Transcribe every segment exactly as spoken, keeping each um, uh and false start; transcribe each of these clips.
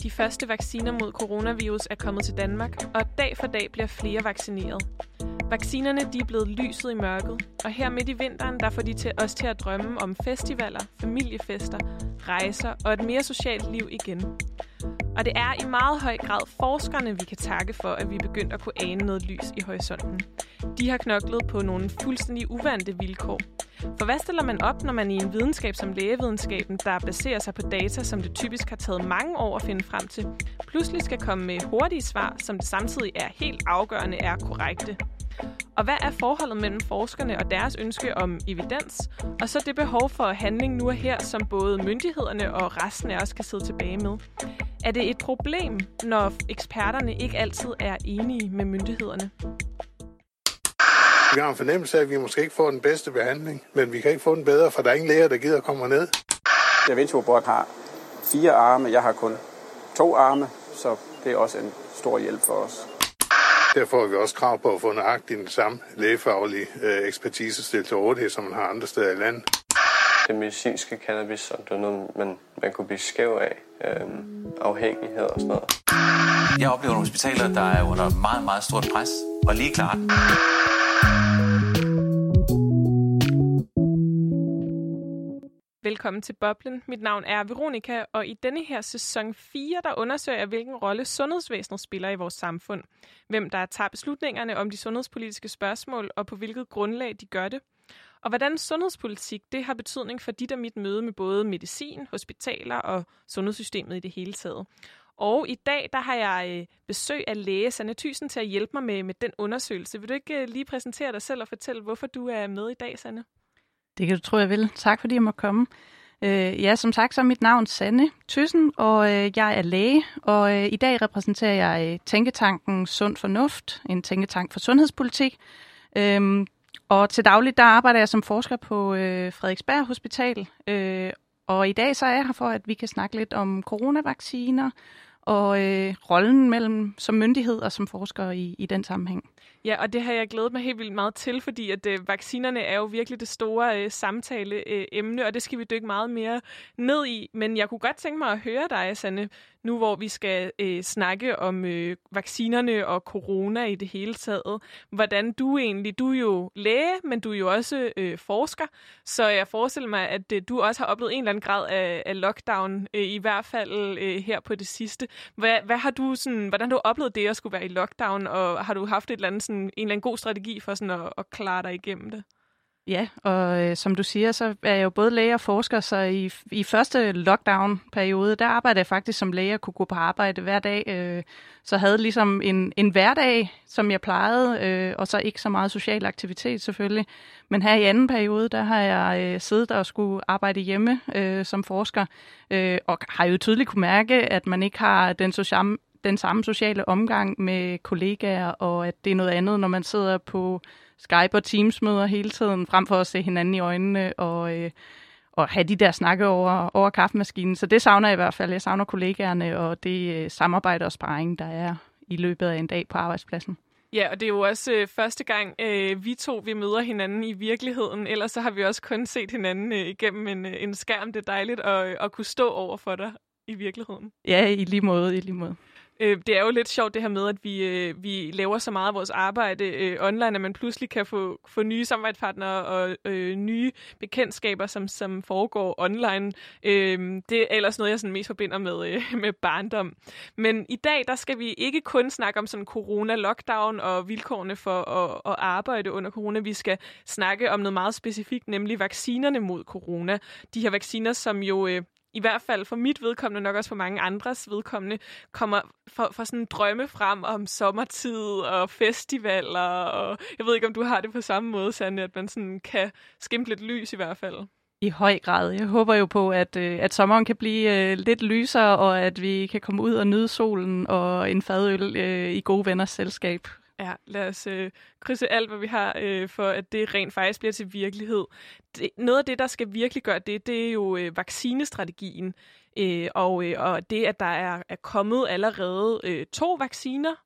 De første vacciner mod coronavirus er kommet til Danmark, og dag for dag bliver flere vaccineret. Vaccinerne de er blevet lyset i mørket, og her midt i vinteren der får de til os til at drømme om festivaler, familiefester, rejser og et mere socialt liv igen. Og det er i meget høj grad forskerne, vi kan takke for, at vi er begyndt at kunne ane noget lys i horisonten. De har knoklet på nogle fuldstændig uvante vilkår. For hvad stiller man op, når man i en videnskab som lægevidenskaben, der baserer sig på data, som det typisk har taget mange år at finde frem til, pludselig skal komme med hurtige svar, som det samtidig er helt afgørende er korrekte? Og hvad er forholdet mellem forskerne og deres ønske om evidens, og så det behov for handling nu og her, som både myndighederne og resten af os kan sidde tilbage med? Er det et problem, når eksperterne ikke altid er enige med myndighederne? Vi har en fornemmelse af, at vi måske ikke får den bedste behandling, men vi kan ikke få den bedre, for der er ingen læger, der gider at komme ned. Da Vinci-robot har fire arme, jeg har kun to arme, så det er også en stor hjælp for os. Derfor har vi også krav på at få nøjagtigt den samme lægefaglige øh, ekspertise stillet til rådighed, som man har andre steder i landet. Det medicinske cannabis, som det er noget, man, man kunne blive skæv af, øhm, afhængighed og sådan noget. Jeg oplever nogle hospitaler, der er under meget, meget stort pres, og lige klart. Velkommen til Boblen. Mit navn er Veronica, og i denne her sæson fire, der undersøger jeg, hvilken rolle sundhedsvæsenet spiller i vores samfund. Hvem der tager beslutningerne om de sundhedspolitiske spørgsmål, og på hvilket grundlag de gør det. Og hvordan sundhedspolitik det har betydning for dit og mit møde med både medicin, hospitaler og sundhedssystemet i det hele taget. Og i dag der har jeg besøg af læge Sanne Thyssen til at hjælpe mig med, med den undersøgelse. Vil du ikke lige præsentere dig selv og fortælle, hvorfor du er med i dag, Sanne? Det kan du tro, jeg vil. Tak fordi jeg må komme. Øh, ja, som sagt så er mit navn Sanne Thyssen, og øh, jeg er læge, og øh, i dag repræsenterer jeg øh, tænketanken Sund Fornuft, en tænketank for sundhedspolitik. Øh, og til dagligt der arbejder jeg som forsker på øh, Frederiksberg Hospital, øh, og i dag så er jeg her for, at vi kan snakke lidt om coronavacciner og øh, rollen mellem som myndighed og som forsker i, i den sammenhæng. Ja, og det har jeg glædet mig helt vildt meget til, fordi at øh, vaccinerne er jo virkelig det store øh, samtaleemne, øh, og det skal vi dykke meget mere ned i. Men jeg kunne godt tænke mig at høre dig, Sanne, nu hvor vi skal øh, snakke om øh, vaccinerne og corona i det hele taget. Hvordan du egentlig, du er jo læge, men du er jo også øh, forsker, så jeg forestiller mig, at øh, du også har oplevet en eller anden grad af, af lockdown, øh, i hvert fald øh, her på det sidste. Hvad, hvad har du sådan, hvordan har du oplevet det at skulle være i lockdown, og har du haft et eller andet sådan, en eller anden god strategi for sådan at, at klare dig igennem det? Ja, og øh, som du siger, så er jeg jo både læge og forsker, så i, i første lockdown-periode, der arbejdede jeg faktisk som læge og kunne gå på arbejde hver dag. Øh, så havde ligesom en, en hverdag, som jeg plejede, øh, og så ikke så meget social aktivitet selvfølgelig. Men her i anden periode, der har jeg øh, siddet og skulle arbejde hjemme øh, som forsker, øh, og har jo tydeligt kunne mærke, at man ikke har den sociale den samme sociale omgang med kollegaer, og at det er noget andet, når man sidder på Skype og Teams-møder hele tiden, frem for at se hinanden i øjnene og, øh, og have de der snakke over, over kaffemaskinen. Så det savner jeg i hvert fald. Jeg savner kollegaerne og det øh, samarbejde og sparring, der er i løbet af en dag på arbejdspladsen. Ja, og det er jo også øh, første gang, øh, vi to vi møder hinanden i virkeligheden. Ellers så har vi også kun set hinanden øh, igennem en, en skærm. Det er dejligt at, at kunne stå over for dig i virkeligheden. Ja, i lige måde, i lige måde. Det er jo lidt sjovt det her med, at vi, øh, vi laver så meget af vores arbejde øh, online, at man pludselig kan få, få nye samarbejdspartnere og øh, nye bekendtskaber, som, som foregår online. Øh, det er ellers noget, jeg sådan mest forbinder med, øh, med barndom. Men i dag, der skal vi ikke kun snakke om sådan corona-lockdown og vilkårene for at, at arbejde under corona. Vi skal snakke om noget meget specifikt, nemlig vaccinerne mod corona. De her vacciner, som jo... Øh, i hvert fald for mit vedkommende, nok også for mange andres vedkommende, kommer for, for sådan en drømme frem om sommertid og festivaler. Og jeg ved ikke, om du har det på samme måde, Sanne, at man sådan kan skimte lidt lys i hvert fald. I høj grad. Jeg håber jo på, at, at sommeren kan blive uh, lidt lysere, og at vi kan komme ud og nyde solen og en fadøl uh, i gode venners selskab. Ja, lad os øh, krydse alt, hvad vi har, øh, for at det rent faktisk bliver til virkelighed. Det, noget af det, der skal virkelig gøre det, det er jo øh, vaccinestrategien. Øh, og, øh, og det, at der er, er kommet allerede øh, to vacciner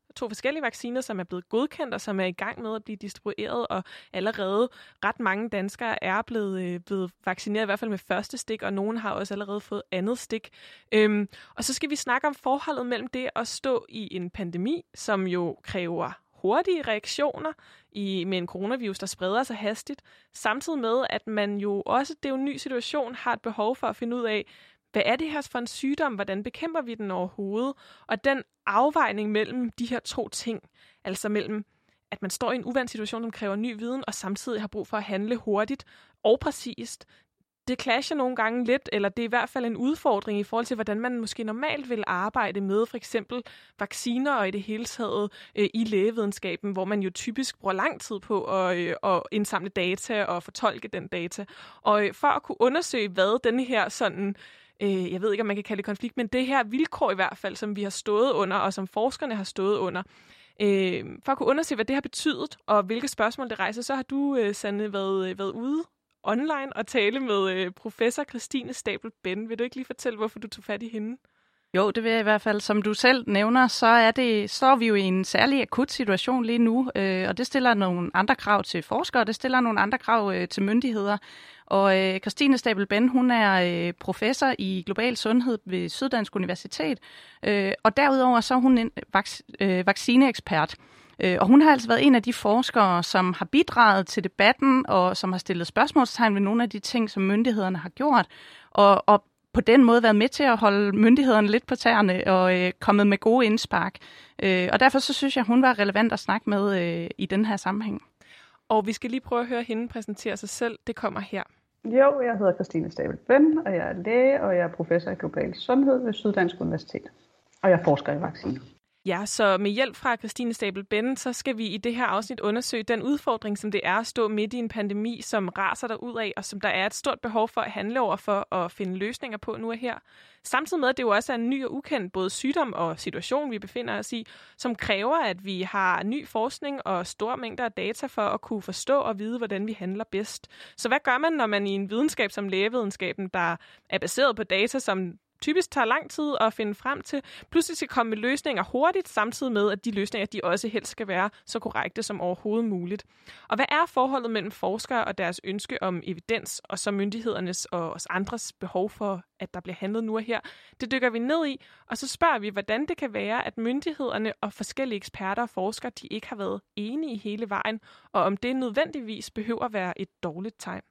To forskellige vacciner, som er blevet godkendt og som er i gang med at blive distribueret, og allerede ret mange danskere er blevet, øh, blevet vaccineret, i hvert fald med første stik, og nogen har også allerede fået andet stik. Øhm, og så skal vi snakke om forholdet mellem det at stå i en pandemi, som jo kræver hurtige reaktioner i, med en coronavirus, der spreder sig hastigt, samtidig med, at man jo også, det er jo en ny situation, har et behov for at finde ud af, hvad er det her for en sygdom? Hvordan bekæmper vi den overhovedet? Og den afvejning mellem de her to ting, altså mellem, at man står i en uvandt situation, som kræver ny viden, og samtidig har brug for at handle hurtigt og præcist, det clasher nogle gange lidt, eller det er i hvert fald en udfordring i forhold til, hvordan man måske normalt vil arbejde med for eksempel vacciner og i det hele taget øh, i lægevidenskaben, hvor man jo typisk bruger lang tid på at, øh, at indsamle data og fortolke den data. Og øh, for at kunne undersøge, hvad denne her sådan, øh, jeg ved ikke, om man kan kalde det konflikt, men det her vilkår i hvert fald, som vi har stået under, og som forskerne har stået under, øh, for at kunne undersøge, hvad det har betydet, og hvilke spørgsmål det rejser, så har du, øh, Sanne, været, været ude online og tale med øh, professor Christine Stabel-Ben. Vil du ikke lige fortælle, hvorfor du tog fat i hende? Jo, det vil jeg i hvert fald. Som du selv nævner, så er det, står vi jo i en særlig akut situation lige nu, øh, og det stiller nogle andre krav til forskere, og det stiller nogle andre krav øh, til myndigheder. Og øh, Christine Stabel-Ben, hun er øh, professor i global sundhed ved Syddansk Universitet, øh, og derudover så er hun en vac- øh, vaccineekspert. Og hun har altså været en af de forskere, som har bidraget til debatten, og som har stillet spørgsmålstegn ved nogle af de ting, som myndighederne har gjort, og, og på den måde været med til at holde myndighederne lidt på tæerne og øh, kommet med gode indspark. Øh, og derfor så synes jeg, hun var relevant at snakke med øh, i den her sammenhæng. Og vi skal lige prøve at høre hende præsentere sig selv. Det kommer her. Jo, jeg hedder Christine Stabel-Ben, og jeg er læge, og jeg er professor i global sundhed ved Syddansk Universitet. Og jeg forsker i vacciner. Ja, så med hjælp fra Christine Stabel-Ben, så skal vi i det her afsnit undersøge den udfordring, som det er at stå midt i en pandemi, som raser derudad, og som der er et stort behov for at handle over for at finde løsninger på nu og her. Samtidig med, at det jo også er en ny og ukendt både sygdom og situation, vi befinder os i, som kræver, at vi har ny forskning og store mængder af data for at kunne forstå og vide, hvordan vi handler bedst. Så hvad gør man, når man i en videnskab som lægevidenskaben, der er baseret på data, som typisk tager lang tid at finde frem til, pludselig skal komme med løsninger hurtigt, samtidig med, at de løsninger, de også helst skal være så korrekte som overhovedet muligt. Og hvad er forholdet mellem forskere og deres ønske om evidens, og så myndighedernes og os andres behov for, at der bliver handlet nu og her? Det dykker vi ned i, og så spørger vi, hvordan det kan være, at myndighederne og forskellige eksperter og forskere, de ikke har været enige hele vejen, og om det nødvendigvis behøver at være et dårligt tegn.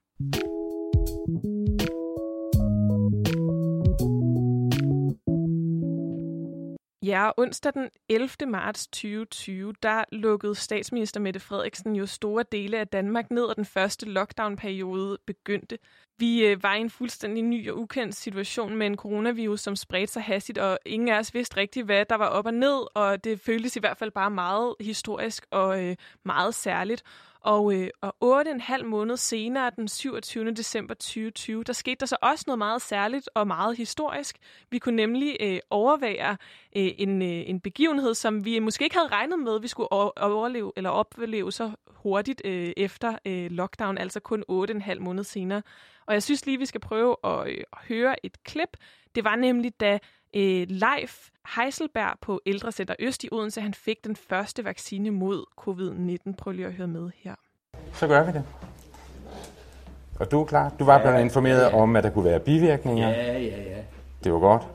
Ja, onsdag den ellevte marts tyve tyve, der lukkede statsminister Mette Frederiksen jo store dele af Danmark ned, og den første lockdown-periode begyndte. Vi øh, var i en fuldstændig ny og ukendt situation med en coronavirus, som spredte sig hastigt, og ingen af os vidste rigtigt, hvad der var op og ned, og det føltes i hvert fald bare meget historisk og øh, meget særligt. Og, øh, og otte og en halv måned senere, den syvogtyvende december tyve tyve, der skete der så også noget meget særligt og meget historisk. Vi kunne nemlig øh, overvære øh, en, øh, en begivenhed, som vi måske ikke havde regnet med, vi skulle overleve eller opleve så hurtigt øh, efter øh, lockdown, altså kun otte og en halv måned senere. Og jeg synes lige, vi skal prøve at, øh, at høre et klip. Det var nemlig, da øh, Leif Heiselberg på Ældrecenter Øst i Odense, han fik den første vaccine mod covid nitten. Prøv lige at høre med her. Så gør vi det. Og du er klar? Du var blevet informeret ja, ja. om, at der kunne være bivirkninger? Ja, ja, ja. Det var godt.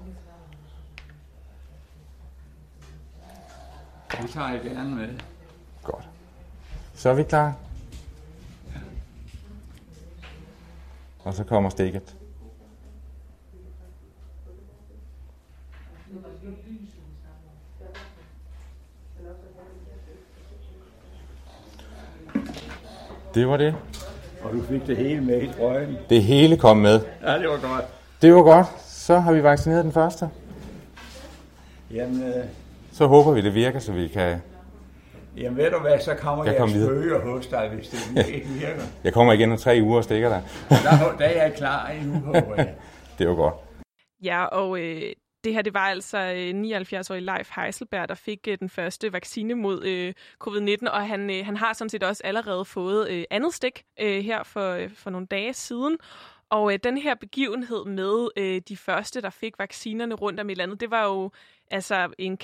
Det tager jeg gerne med. Godt. Så er vi klar. Og så kommer stikket. Det var det. Og du fik det hele med i trøjen. Det hele kom med. Ja, det var godt. Det var godt. Så har vi vaccineret den første. Jamen... Øh... Så håber vi, det virker, så vi kan... Jamen ved du hvad, så kommer jeg, jeg spørge hos dig, hvis det ikke virker. Jeg kommer igen om tre uger og stikker dig. der, der er jeg klar i uge, håber jeg. Det var godt. Ja, og øh, det her, det var altså øh, nioghalvfjerds-årig Leif Heiselberg, der fik øh, den første vaccine mod øh, covid nitten, og han, øh, han har sådan set også allerede fået øh, andet stik øh, her for, øh, for nogle dage siden. Og øh, den her begivenhed med øh, de første, der fik vaccinerne rundt om i landet, det var jo altså en kæmpe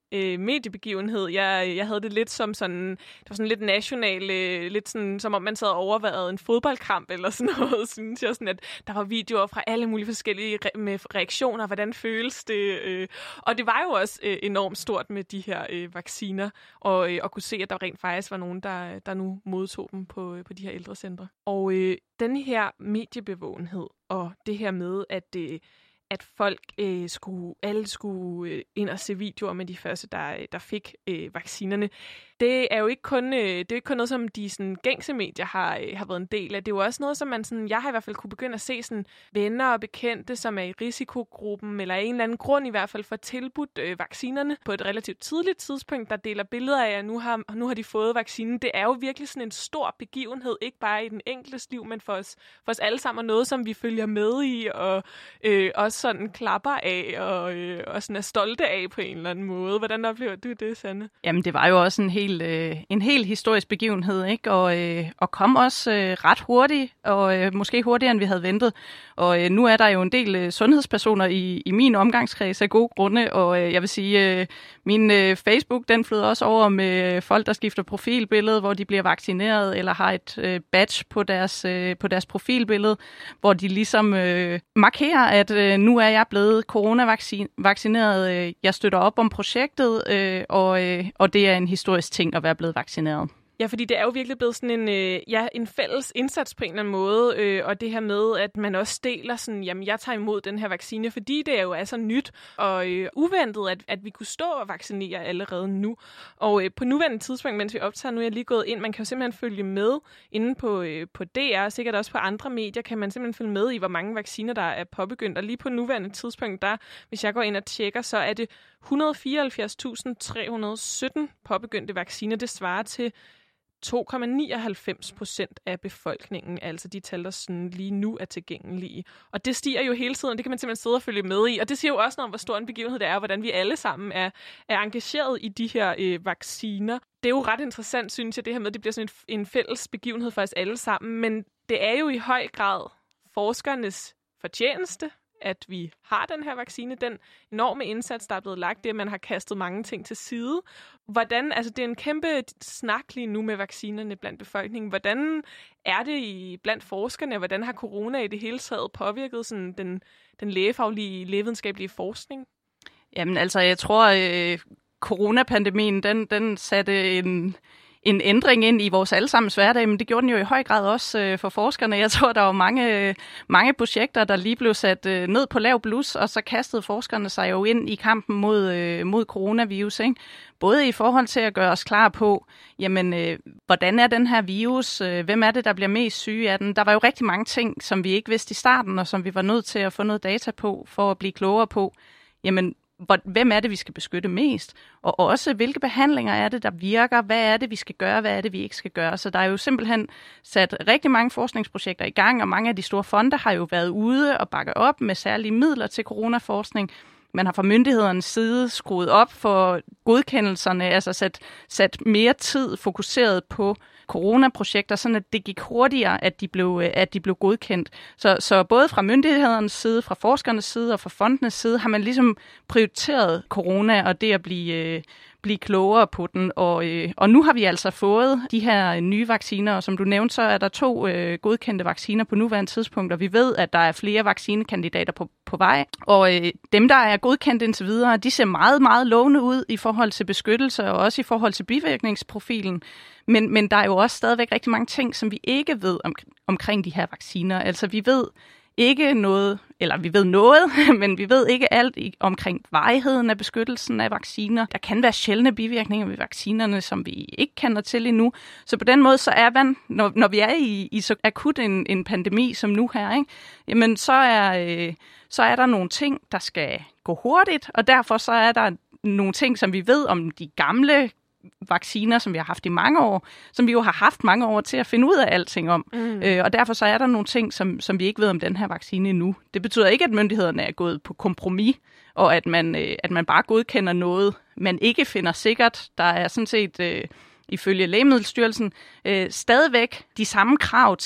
øh, mediebegivenhed. Jeg, jeg havde det lidt som sådan, det var sådan lidt national, øh, lidt sådan, som om man sad og overvejede en fodboldkamp eller sådan noget, synes jeg. Sådan, at der var videoer fra alle mulige forskellige re- med reaktioner, hvordan føles det. Øh. Og det var jo også øh, enormt stort med de her øh, vacciner, og øh, at kunne se, at der rent faktisk var nogen, der, der nu modtog dem på, på de her ældrecentre. Og øh, den her mediebevågenhed, og det her med, at øh, at folk øh, skulle, alle skulle øh, ind og se videoer med de første, der, der fik øh, vaccinerne. Det er jo ikke kun, øh, det er jo ikke kun noget, som de sådan, gængse medier har, øh, har været en del af. Det er jo også noget, som man sådan, jeg har i hvert fald kunne begynde at se sådan, venner og bekendte, som er i risikogruppen, eller af en eller anden grund i hvert fald for tilbudt øh, vaccinerne på et relativt tidligt tidspunkt, der deler billeder af, at nu har, nu har de fået vaccinen. Det er jo virkelig sådan en stor begivenhed, ikke bare i den enkeltes liv, men for os, for os alle sammen, og noget, som vi følger med i, og øh, også sådan klapper af, og, øh, og sådan er stolte af på en eller anden måde. Hvordan oplever du det, Sanne? Jamen, det var jo også en helt øh, en helt historisk begivenhed, ikke? Og, øh, og kom også øh, ret hurtigt, og øh, måske hurtigere, end vi havde ventet. Og øh, nu er der jo en del øh, sundhedspersoner i, i min omgangskreds af gode grunde, og øh, jeg vil sige, øh, min øh, Facebook, den flyder også over med folk, der skifter profilbillede, hvor de bliver vaccineret, eller har et øh, badge på deres, øh, på deres profilbillede, hvor de ligesom øh, markerer, at øh, nu er jeg blevet coronavaccineret, øh, jeg støtter op om projektet, øh, og, øh, og det er en historisk ting at være blevet vaccineret. Ja, fordi det er jo virkelig blevet sådan en, øh, ja, en fælles indsats på en eller anden måde, øh, og det her med, at man også deler sådan, jamen jeg tager imod den her vaccine, fordi det jo er så nyt og øh, uventet, at, at vi kunne stå og vaccinere allerede nu. Og øh, på nuværende tidspunkt, mens vi optager, nu er jeg lige gået ind, man kan jo simpelthen følge med inde på, øh, på D R, sikkert også på andre medier, kan man simpelthen følge med i, hvor mange vacciner, der er påbegyndt. Og lige på nuværende tidspunkt, der, hvis jeg går ind og tjekker, så er det et hundrede og fireoghalvfjerds tusind tre hundrede og sytten påbegyndte vacciner. Det svarer til to komma nioghalvfems procent af befolkningen, altså de tal, der sådan lige nu er tilgængelige. Og det stiger jo hele tiden, det kan man simpelthen sidde og følge med i. Og det siger jo også noget om, hvor stor en begivenhed det er, og hvordan vi alle sammen er, er engageret i de her øh, vacciner. Det er jo ret interessant, synes jeg, det her med, at det bliver sådan en, en fælles begivenhed for os alle sammen. Men det er jo i høj grad forskernes fortjeneste, at vi har den her vaccine, den enorme indsats, der er blevet lagt, det at man har kastet mange ting til side. Hvordan, altså det er en kæmpe snak lige nu med vaccinerne blandt befolkningen. Hvordan er det i, blandt forskerne, hvordan har corona i det hele taget påvirket sådan den, den lægefaglige, lægevidenskabelige forskning? Jamen altså, jeg tror, øh, coronapandemien, den, den satte en... en ændring ind i vores allesammens hverdag, men det gjorde den jo i høj grad også øh, for forskerne. Jeg tror, der var mange, øh, mange projekter, der lige blev sat øh, ned på lav blus, og så kastede forskerne sig jo ind i kampen mod, øh, mod coronavirus, ikke? Både i forhold til at gøre os klar på, jamen, øh, hvordan er den her virus? Øh, hvem er det, der bliver mest syge af den? Der var jo rigtig mange ting, som vi ikke vidste i starten, og som vi var nødt til at få noget data på, for at blive klogere på. Jamen, hvem er det, vi skal beskytte mest? Og også, hvilke behandlinger er det, der virker? Hvad er det, vi skal gøre? Hvad er det, vi ikke skal gøre? Så der er jo simpelthen sat rigtig mange forskningsprojekter i gang, og mange af de store fonde har jo været ude og bakke op med særlige midler til coronaforskning. Man har fra myndighedernes side skruet op for godkendelserne, altså sat, sat mere tid fokuseret på coronaprojekter, sådan at det gik hurtigere, at de blev, at de blev godkendt. Så, så både fra myndighedernes side, fra forskernes side og fra fondenes side, har man ligesom prioriteret corona og det at blive, blive klogere på den. Og, og nu har vi altså fået de her nye vacciner, og som du nævnte, så er der to øh, godkendte vacciner på nuværende tidspunkt, og vi ved, at der er flere vaccinekandidater på, på vej. Og øh, dem, der er godkendt indtil videre, de ser meget, meget lovende ud i forhold til beskyttelse og også i forhold til bivirkningsprofilen. Men, men der er jo også stadigvæk rigtig mange ting, som vi ikke ved om, omkring de her vacciner. Altså vi ved ikke noget, eller vi ved noget, men vi ved ikke alt i, omkring varigheden af beskyttelsen af vacciner. Der kan være sjældne bivirkninger ved vaccinerne, som vi ikke kender til endnu. Så på den måde, så er man, når, når vi er i, i så akut en, en pandemi som nu her, ikke? Jamen så er, øh, så er der nogle ting, der skal gå hurtigt, og derfor så er der nogle ting, som vi ved om de gamle vacciner, som vi har haft i mange år, som vi jo har haft mange år til at finde ud af alting om. Mm. Øh, og derfor så er der nogle ting, som, som vi ikke ved om den her vaccine endnu. Det betyder ikke, at myndighederne er gået på kompromis, og at man, øh, at man bare godkender noget, man ikke finder sikkert. Der er sådan set, øh, ifølge Lægemiddelstyrelsen, øh, stadigvæk de samme krav til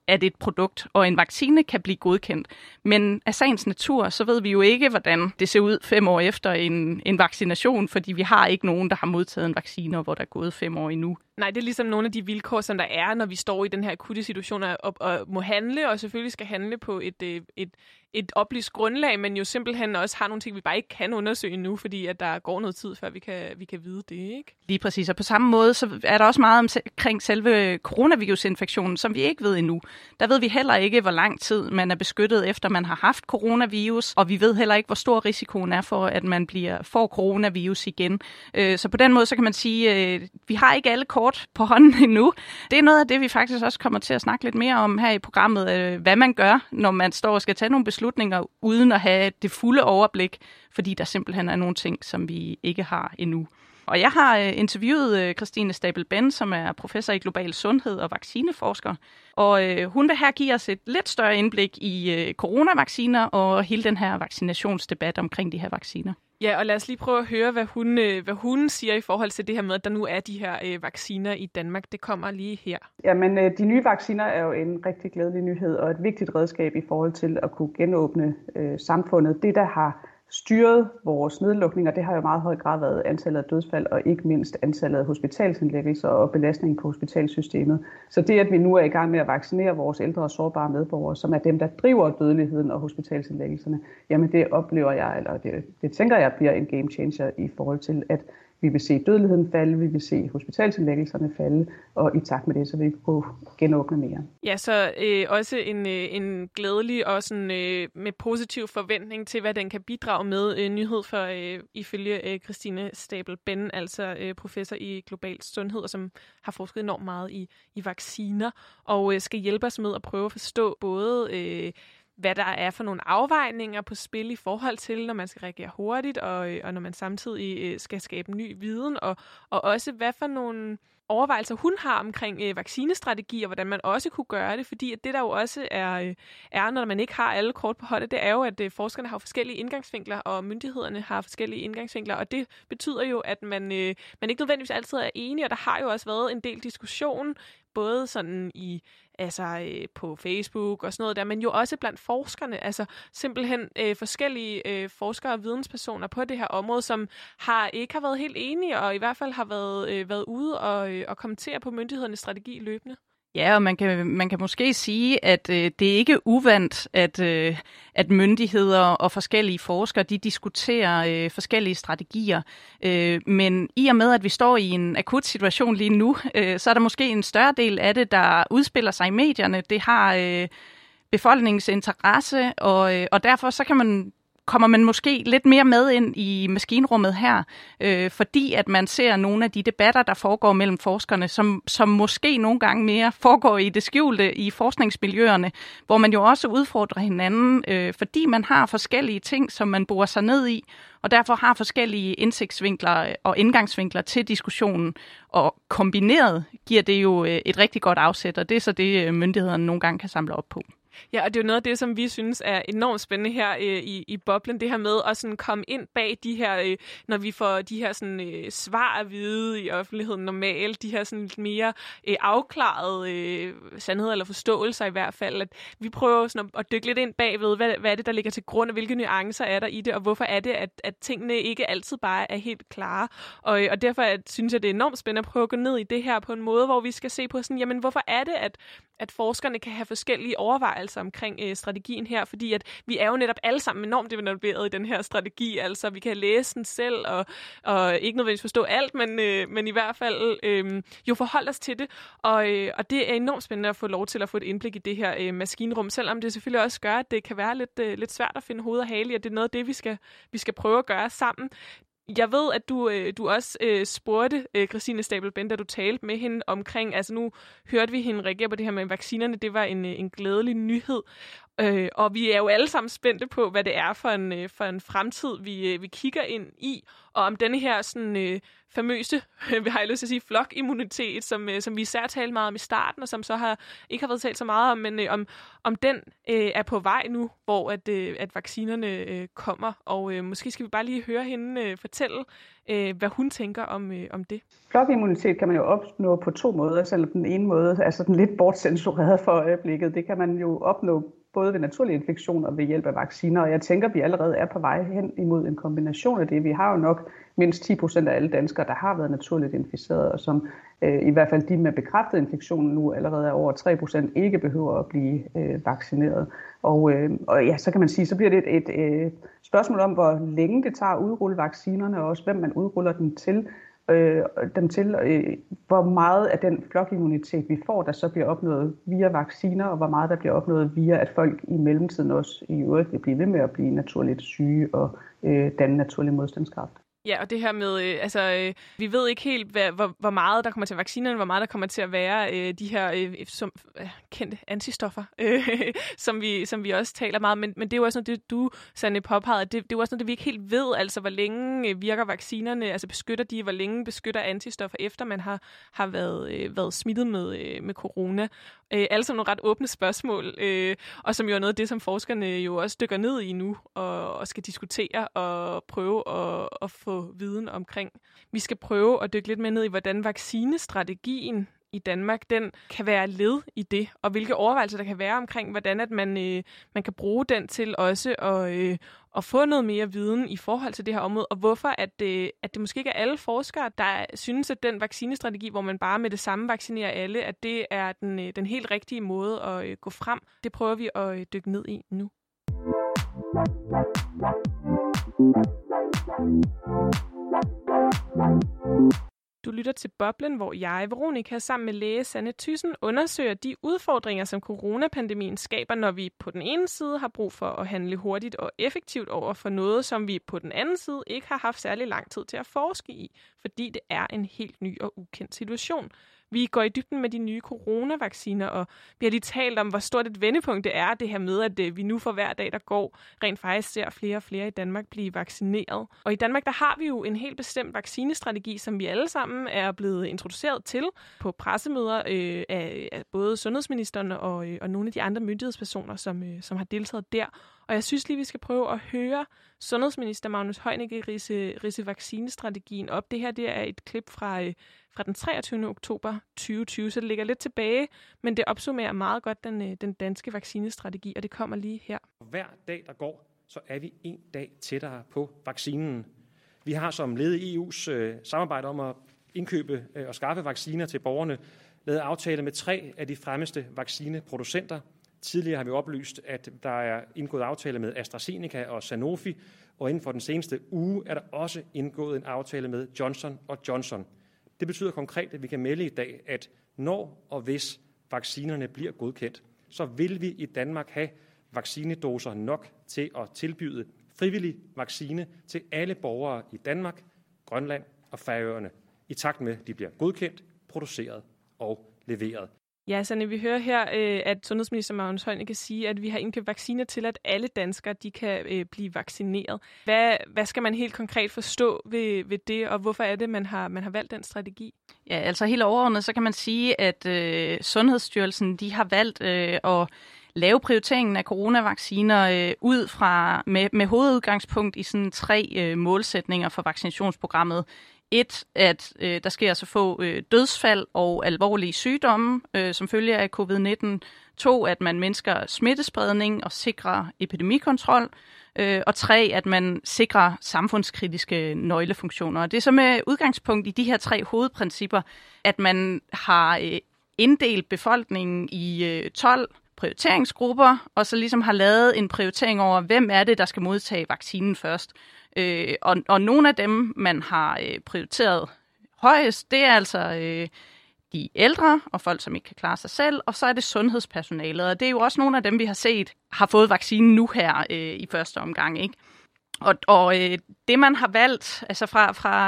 at et produkt og en vaccine kan blive godkendt. Men af sagens natur, så ved vi jo ikke, hvordan det ser ud fem år efter en, en vaccination, fordi vi har ikke nogen, der har modtaget en vaccine, hvor der er gået fem år endnu. Nej, det er ligesom nogle af de vilkår, som der er, når vi står i den her akutte situation og, og må handle, og selvfølgelig skal handle på et, et, et oplyst grundlag, men jo simpelthen også har nogle ting, vi bare ikke kan undersøge nu, fordi at der går noget tid, før vi kan, vi kan vide det, ikke? Lige præcis, og på samme måde, så er der også meget omkring selve coronavirusinfektionen, som vi ikke ved endnu. Der ved vi heller ikke, hvor lang tid man er beskyttet, efter man har haft coronavirus, og vi ved heller ikke, hvor stor risikoen er for, at man bliver, får coronavirus igen. Så på den måde, så kan man sige, at vi har ikke alle kort på hånden endnu. Det er noget af det, vi faktisk også kommer til at snakke lidt mere om her i programmet, hvad man gør, når man står og skal tage nogle beslutninger, uden at have det fulde overblik, fordi der simpelthen er nogle ting, som vi ikke har endnu. Og jeg har interviewet Christine Stabel-Benn, som er professor i global sundhed og vaccineforsker. Og hun vil her give os et lidt større indblik i coronavacciner og hele den her vaccinationsdebat omkring de her vacciner. Ja, og lad os lige prøve at høre, hvad hun, hvad hun siger i forhold til det her med, at der nu er de her øh, vacciner i Danmark. Det kommer lige her. Jamen, de nye vacciner er jo en rigtig glædelig nyhed og et vigtigt redskab i forhold til at kunne genåbne øh, samfundet. Det, der har styret vores nedlukninger, det har jo meget høj grad været antallet af dødsfald og ikke mindst antallet af hospitalsindlæggelser og belastning på hospitalsystemet. Så det, at vi nu er i gang med at vaccinere vores ældre og sårbare medborgere, som er dem, der driver dødeligheden og hospitalsindlæggelserne, jamen det oplever jeg, eller det, det tænker jeg bliver en game changer i forhold til, at vi vil se dødeligheden falde, vi vil se hospitalsindlæggelserne falde, og i takt med det, så vil vi kunne genåbne mere. Ja, så øh, også en, øh, en glædelig og sådan, øh, med positiv forventning til, hvad den kan bidrage med. Øh, nyhed for øh, ifølge øh, Christine Stabel-Benn, altså øh, professor i global sundhed, og som har forsket enormt meget i, i vacciner, og øh, skal hjælpe os med at prøve at forstå både Øh, hvad der er for nogle afvejninger på spil i forhold til, når man skal reagere hurtigt, og, og når man samtidig skal skabe ny viden, og, og også hvad for nogle overvejelser hun har omkring øh, vaccinestrategier, hvordan man også kunne gøre det, fordi at det der jo også er, øh, er, når man ikke har alle kort på håndet, det er jo, at øh, forskerne har forskellige indgangsvinkler, og myndighederne har forskellige indgangsvinkler, og det betyder jo, at man, øh, man ikke nødvendigvis altid er enige, og der har jo også været en del diskussion, både sådan i altså øh, på Facebook og sådan noget der, men jo også blandt forskerne, altså simpelthen øh, forskellige øh, forskere og videnspersoner på det her område, som har ikke har været helt enige, og i hvert fald har været, øh, været ude og, øh, og kommentere på myndighedernes strategi løbende. Ja, og man kan, man kan måske sige, at øh, det er ikke uvandt, at, øh, at myndigheder og forskellige forskere, de diskuterer øh, forskellige strategier. Øh, men i og med, at vi står i en akut situation lige nu, øh, så er der måske en større del af det, der udspiller sig i medierne. Det har øh, befolkningens interesse, og, øh, og derfor så kan man kommer man måske lidt mere med ind i maskinrummet her, øh, fordi at man ser nogle af de debatter, der foregår mellem forskerne, som, som måske nogle gange mere foregår i det skjulte i forskningsmiljøerne, hvor man jo også udfordrer hinanden, øh, fordi man har forskellige ting, som man borer sig ned i, og derfor har forskellige indsigtsvinkler og indgangsvinkler til diskussionen, og kombineret giver det jo et rigtig godt afsæt, og det er så det, myndighederne nogle gange kan samle op på. Ja, og det er jo noget af det, som vi synes er enormt spændende her øh, i, i boblen, det her med at sådan komme ind bag de her, øh, når vi får de her sådan, øh, svar at vide i offentligheden normalt, de her sådan lidt mere øh, afklarede øh, sandheder eller forståelser i hvert fald, at vi prøver sådan at, at dykke lidt ind bagved, hvad, hvad er det, der ligger til grund, og hvilke nuancer er der i det, og hvorfor er det, at, at tingene ikke altid bare er helt klare. Og, og derfor at, synes jeg, det er enormt spændende at prøve at gå ned i det her på en måde, hvor vi skal se på sådan, jamen hvorfor er det, at, at forskerne kan have forskellige overvejelser omkring øh, strategien her, fordi at vi er jo netop alle sammen enormt involveret i den her strategi, altså vi kan læse den selv, og, og ikke nødvendigvis forstå alt, men, øh, men i hvert fald øh, jo forholde os til det, og, øh, og det er enormt spændende at få lov til at få et indblik i det her øh, maskinrum, selvom det selvfølgelig også gør, at det kan være lidt, øh, lidt svært at finde hoved og hale i, og det er noget af det, vi skal, vi skal prøve at gøre sammen. Jeg ved, at du, øh, du også øh, spurgte øh, Christine Stabel-Benn, da du talte med hende omkring, altså nu hørte vi hende reagere på det her med vaccinerne, det var en, en glædelig nyhed. Øh, og vi er jo alle sammen spændte på, hvad det er for en, øh, for en fremtid, vi, øh, vi kigger ind i, og om denne her sådan, øh, famøse, øh, har jeg lyst til at sige, flokimmunitet, som, øh, som vi især talte meget om i starten, og som så har ikke har været talt så meget om, men øh, om, om den øh, er på vej nu, hvor at, øh, at vaccinerne øh, kommer. Og øh, måske skal vi bare lige høre hende øh, fortælle, øh, hvad hun tænker om, øh, om det. Flokimmunitet kan man jo opnå på to måder, selvom den ene måde er sådan lidt bortcensureret for øjeblikket. Det kan man jo opnå både ved naturlige infektioner og ved hjælp af vacciner, og jeg tænker, at vi allerede er på vej hen imod en kombination af det. Vi har jo nok mindst ti procent af alle danskere, der har været naturligt inficeret, og som øh, i hvert fald de med bekræftet infektion nu allerede er over tre procent ikke behøver at blive øh, vaccineret. Og, øh, og ja, så kan man sige, så bliver det et, et øh, spørgsmål om, hvor længe det tager at udrulle vaccinerne, og også hvem man udruller dem til. Øh, dem til, øh, hvor meget af den flokimmunitet, vi får, der så bliver opnået via vacciner, og hvor meget der bliver opnået via, at folk i mellemtiden også i øvrigt vil blive ved med at blive naturligt syge og øh, danne naturlig modstandskraft. Ja, og det her med, øh, altså, øh, vi ved ikke helt, hvad, hvor, hvor meget der kommer til vaccinerne, hvor meget der kommer til at være øh, de her øh, som, øh, kendte antistoffer, øh, som, vi, som vi også taler meget om. Men, men det er jo også noget, det du, Sanne, påpegede, det, det er jo også noget, det vi ikke helt ved, altså hvor længe virker vaccinerne, altså beskytter de, hvor længe beskytter antistoffer, efter man har, har været, øh, været smittet med, øh, med corona. Øh, alle sammen nogle ret åbne spørgsmål, øh, og som jo er noget af det, som forskerne jo også dykker ned i nu, og, og skal diskutere og prøve at, at få viden omkring. Vi skal prøve at dykke lidt mere ned i, hvordan vaccinestrategien i Danmark, den kan være led i det, og hvilke overvejelser der kan være omkring, hvordan at man, øh, man kan bruge den til også at, øh, at få noget mere viden i forhold til det her område, og hvorfor at, øh, at det måske ikke er alle forskere, der synes, at den vaccinestrategi, hvor man bare med det samme vaccinerer alle, at det er den, øh, den helt rigtige måde at øh, gå frem. Det prøver vi at øh, dykke ned i nu. Du lytter til Boblen, hvor jeg, Veronica, sammen med læge Sanne Thyssen, undersøger de udfordringer, som coronapandemien skaber, når vi på den ene side har brug for at handle hurtigt og effektivt over for noget, som vi på den anden side ikke har haft særlig lang tid til at forske i, fordi det er en helt ny og ukendt situation. Vi går i dybden med de nye coronavacciner, og vi har lige talt om, hvor stort et vendepunkt det er, det her med, at vi nu for hver dag, der går, rent faktisk ser flere og flere i Danmark blive vaccineret. Og i Danmark, der har vi jo en helt bestemt vaccinestrategi, som vi alle sammen er blevet introduceret til på pressemøder øh, af, af både sundhedsministeren og, øh, og nogle af de andre myndighedspersoner, som, øh, som har deltaget der. Og jeg synes lige, vi skal prøve at høre sundhedsminister Magnus Heunicke ridse, ridse vaccinestrategien op. Det her det er et klip fra, øh, fra den treogtyvende oktober tyve tyve, så det ligger lidt tilbage, men det opsummerer meget godt den, øh, den danske vaccinestrategi, og det kommer lige her. Hver dag, der går, så er vi en dag tættere på vaccinen. Vi har som led i E U's øh, samarbejde om at indkøbe øh, og skaffe vacciner til borgerne, lavet aftale med tre af de fremmeste vaccineproducenter. Tidligere har vi oplyst, at der er indgået aftale med AstraZeneca og Sanofi, og inden for den seneste uge er der også indgået en aftale med Johnson og Johnson. Det betyder konkret, at vi kan melde i dag, at når og hvis vaccinerne bliver godkendt, så vil vi i Danmark have vaccinedoser nok til at tilbyde frivillig vaccine til alle borgere i Danmark, Grønland og Færøerne, i takt med, at de bliver godkendt, produceret og leveret. Ja, Sanne, vi hører her, øh, at sundhedsminister Magnus Heunicke sige, at vi har indkøbt vacciner til, at alle danskere de kan øh, blive vaccineret. Hvad, hvad skal man helt konkret forstå ved, ved det, og hvorfor er det, man har, man har valgt den strategi? Ja, altså helt overordnet, så kan man sige, at øh, Sundhedsstyrelsen de har valgt øh, at lave prioriteringen af coronavacciner øh, ud fra med, med hovedudgangspunkt i sådan tre øh, målsætninger for vaccinationsprogrammet. Et, at øh, der sker så få øh, dødsfald og alvorlige sygdomme øh, som følge af covid nitten. To, at man mindsker smittespredning og sikrer epidemikontrol. Øh, og tre, at man sikrer samfundskritiske nøglefunktioner. Og det er så med udgangspunkt i de her tre hovedprincipper, at man har øh, inddelt befolkningen i øh, tolv prioriteringsgrupper, og så ligesom har lavet en prioritering over, hvem er det, der skal modtage vaccinen først. Øh, og, og nogle af dem, man har øh, prioriteret højest, det er altså øh, de ældre og folk, som ikke kan klare sig selv, og så er det sundhedspersonalet. Og det er jo også nogle af dem, vi har set, har fået vaccinen nu her øh, i første omgang, ikke? Og, og øh, det, man har valgt, altså fra, fra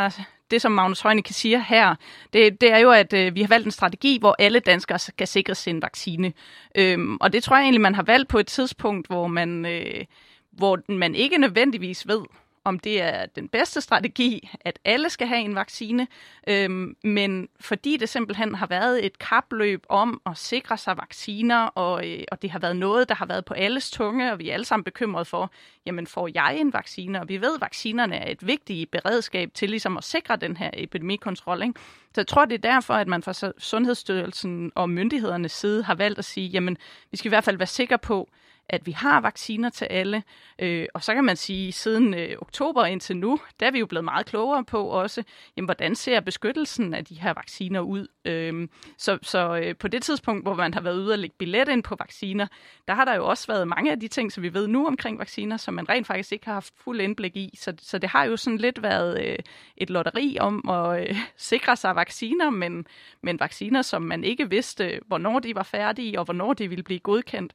det, som Magnus Heunicke siger her, det, det er jo, at øh, vi har valgt en strategi, hvor alle danskere skal sikres en vaccine. Øhm, og det tror jeg egentlig, man har valgt på et tidspunkt, hvor man, øh, hvor man ikke nødvendigvis ved, om det er den bedste strategi, at alle skal have en vaccine, øhm, men fordi det simpelthen har været et kapløb om at sikre sig vacciner, og, øh, og det har været noget, der har været på alles tunge, og vi er alle sammen bekymrede for, jamen får jeg en vaccine? Og vi ved, at vaccinerne er et vigtigt beredskab til ligesom at sikre den her epidemikontrol, ikke? Så jeg tror, det er derfor, at man fra Sundhedsstyrelsen og myndighedernes side har valgt at sige, jamen vi skal i hvert fald være sikre på, at vi har vacciner til alle. Øh, og så kan man sige, siden øh, oktober indtil nu, der er vi jo blevet meget klogere på også, jamen, hvordan ser beskyttelsen af de her vacciner ud. Øh, så så øh, på det tidspunkt, hvor man har været ude og lægge billet ind på vacciner, der har der jo også været mange af de ting, som vi ved nu omkring vacciner, som man rent faktisk ikke har haft fuld indblik i. Så, så det har jo sådan lidt været øh, et lotteri om at øh, sikre sig vacciner, men, men vacciner, som man ikke vidste, hvornår de var færdige, og hvornår de ville blive godkendt.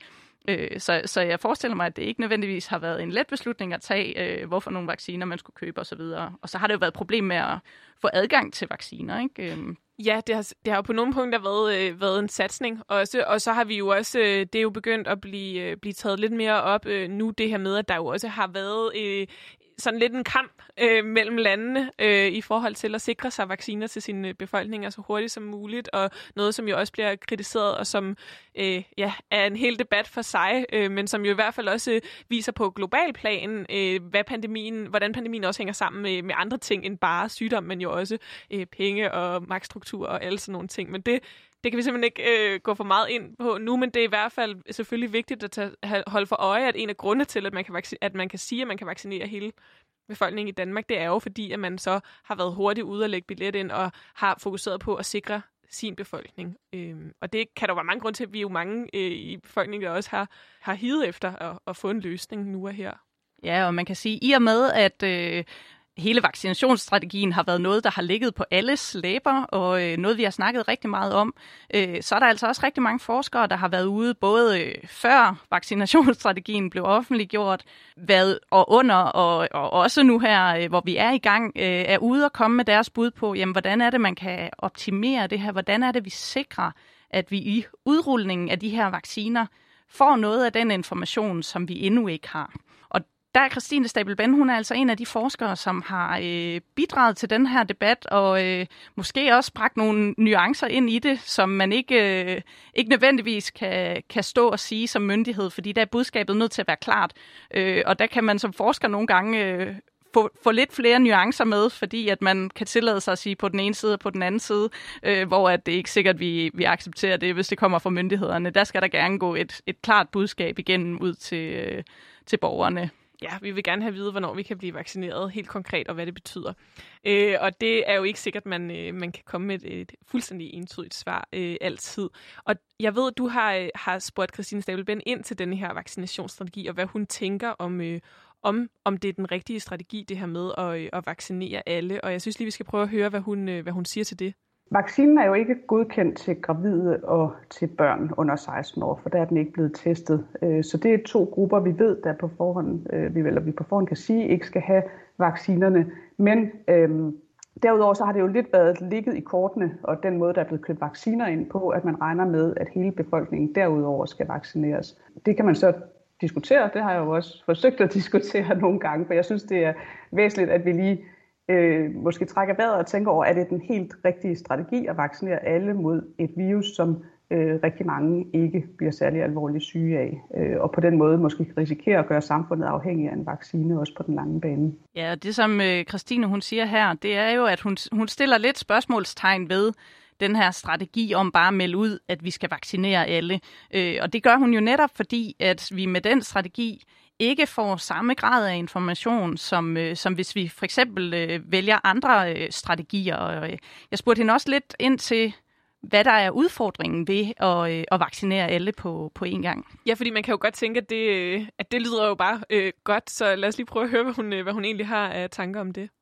Så, så jeg forestiller mig, at det ikke nødvendigvis har været en let beslutning at tage, øh, hvorfor nogle vacciner man skulle købe osv. Og, og så har det jo været et problem med at få adgang til vacciner, ikke? Ja, det har, det har jo på nogle punkter været, øh, været en satsning også, og så har vi jo også, øh, det er jo begyndt at blive, øh, blive taget lidt mere op øh, nu, det her med, at der jo også har været øh, sådan lidt en kamp øh, mellem landene øh, i forhold til at sikre sig vacciner til sine befolkninger så hurtigt som muligt, og noget, som jo også bliver kritiseret, og som øh, ja, er en hel debat for sig, øh, men som jo i hvert fald også viser på global plan, øh, hvad pandemien, hvordan pandemien også hænger sammen med, med andre ting end bare sygdom, men jo også øh, penge og magtstruktur og alle sådan nogle ting. Men det Det kan vi simpelthen ikke øh, gå for meget ind på nu, men det er i hvert fald selvfølgelig vigtigt at tage, holde for øje, at en af grundene til, at man, kan vac- at man kan sige, at man kan vaccinere hele befolkningen i Danmark, det er jo fordi, at man så har været hurtigt ude og lægge billet ind og har fokuseret på at sikre sin befolkning. Øhm, og det kan der være mange grunde til, at vi er jo mange øh, i befolkningen, der også har, har higet efter at, at få en løsning nu og her. Ja, og man kan sige, i og med, at øh, hele vaccinationsstrategien har været noget, der har ligget på alles læber, og øh, noget, vi har snakket rigtig meget om. Øh, så er der altså også rigtig mange forskere, der har været ude, både øh, før vaccinationsstrategien blev offentliggjort, været og under, og, og også nu her, øh, hvor vi er i gang, øh, er ude og komme med deres bud på, jamen, hvordan er det, man kan optimere det her? Hvordan er det, vi sikrer, at vi i udrulningen af de her vacciner får noget af den information, som vi endnu ikke har? Der er Christine Stabel-Ben, hun er altså en af de forskere, som har øh, bidraget til den her debat, og øh, måske også bragt nogle nuancer ind i det, som man ikke, øh, ikke nødvendigvis kan, kan stå og sige som myndighed, fordi der er budskabet nødt til at være klart. Øh, og der kan man som forsker nogle gange øh, få, få lidt flere nuancer med, fordi at man kan tillade sig at sige på den ene side og på den anden side, øh, hvor at det er ikke sikkert, at vi, vi accepterer det, hvis det kommer fra myndighederne. Der skal der gerne gå et, et klart budskab igennem ud til, øh, til borgerne. Ja, vi vil gerne have at vide, hvornår vi kan blive vaccineret helt konkret, og hvad det betyder. Øh, og det er jo ikke sikkert, at man, øh, man kan komme med et, et fuldstændig entydigt svar øh, altid. Og jeg ved, at du har, har spurgt Christine Stabel-Ben ind til denne her vaccinationsstrategi, og hvad hun tænker om, øh, om, om det er den rigtige strategi, det her med at, øh, at vaccinere alle. Og jeg synes lige, vi skal prøve at høre, hvad hun, øh, hvad hun siger til det. Vaccinen er jo ikke godkendt til gravide og til børn under seksten år, for der er den ikke blevet testet. Så det er to grupper, vi ved, der på forhånd, eller vi på forhånd kan sige, ikke skal have vaccinerne. Men øhm, derudover så har det jo lidt været ligget i kortene, og den måde, der er blevet købt vacciner ind på, at man regner med, at hele befolkningen derudover skal vaccineres. Det kan man så diskutere, det har jeg jo også forsøgt at diskutere nogle gange, for jeg synes, det er væsentligt, at vi lige Øh, måske trækker vejret og tænker over, er det den helt rigtige strategi at vaccinere alle mod et virus, som øh, rigtig mange ikke bliver særlig alvorligt syge af, øh, og på den måde måske risikerer at gøre samfundet afhængig af en vaccine, også på den lange bane. Ja, og det som øh, Christine hun siger her, det er jo, at hun, hun stiller lidt spørgsmålstegn ved den her strategi om bare at melde ud, at vi skal vaccinere alle. Øh, og det gør hun jo netop, fordi at vi med den strategi ikke får samme grad af information, som, øh, som hvis vi for eksempel øh, vælger andre øh, strategier. Og, øh, jeg spurgte hende også lidt ind til, hvad der er udfordringen ved at, øh, at vaccinere alle på, på én gang. Ja, fordi man kan jo godt tænke, at det, at det lyder jo bare øh, godt, så lad os lige prøve at høre, hvad hun, hvad hun egentlig har af tanker om det.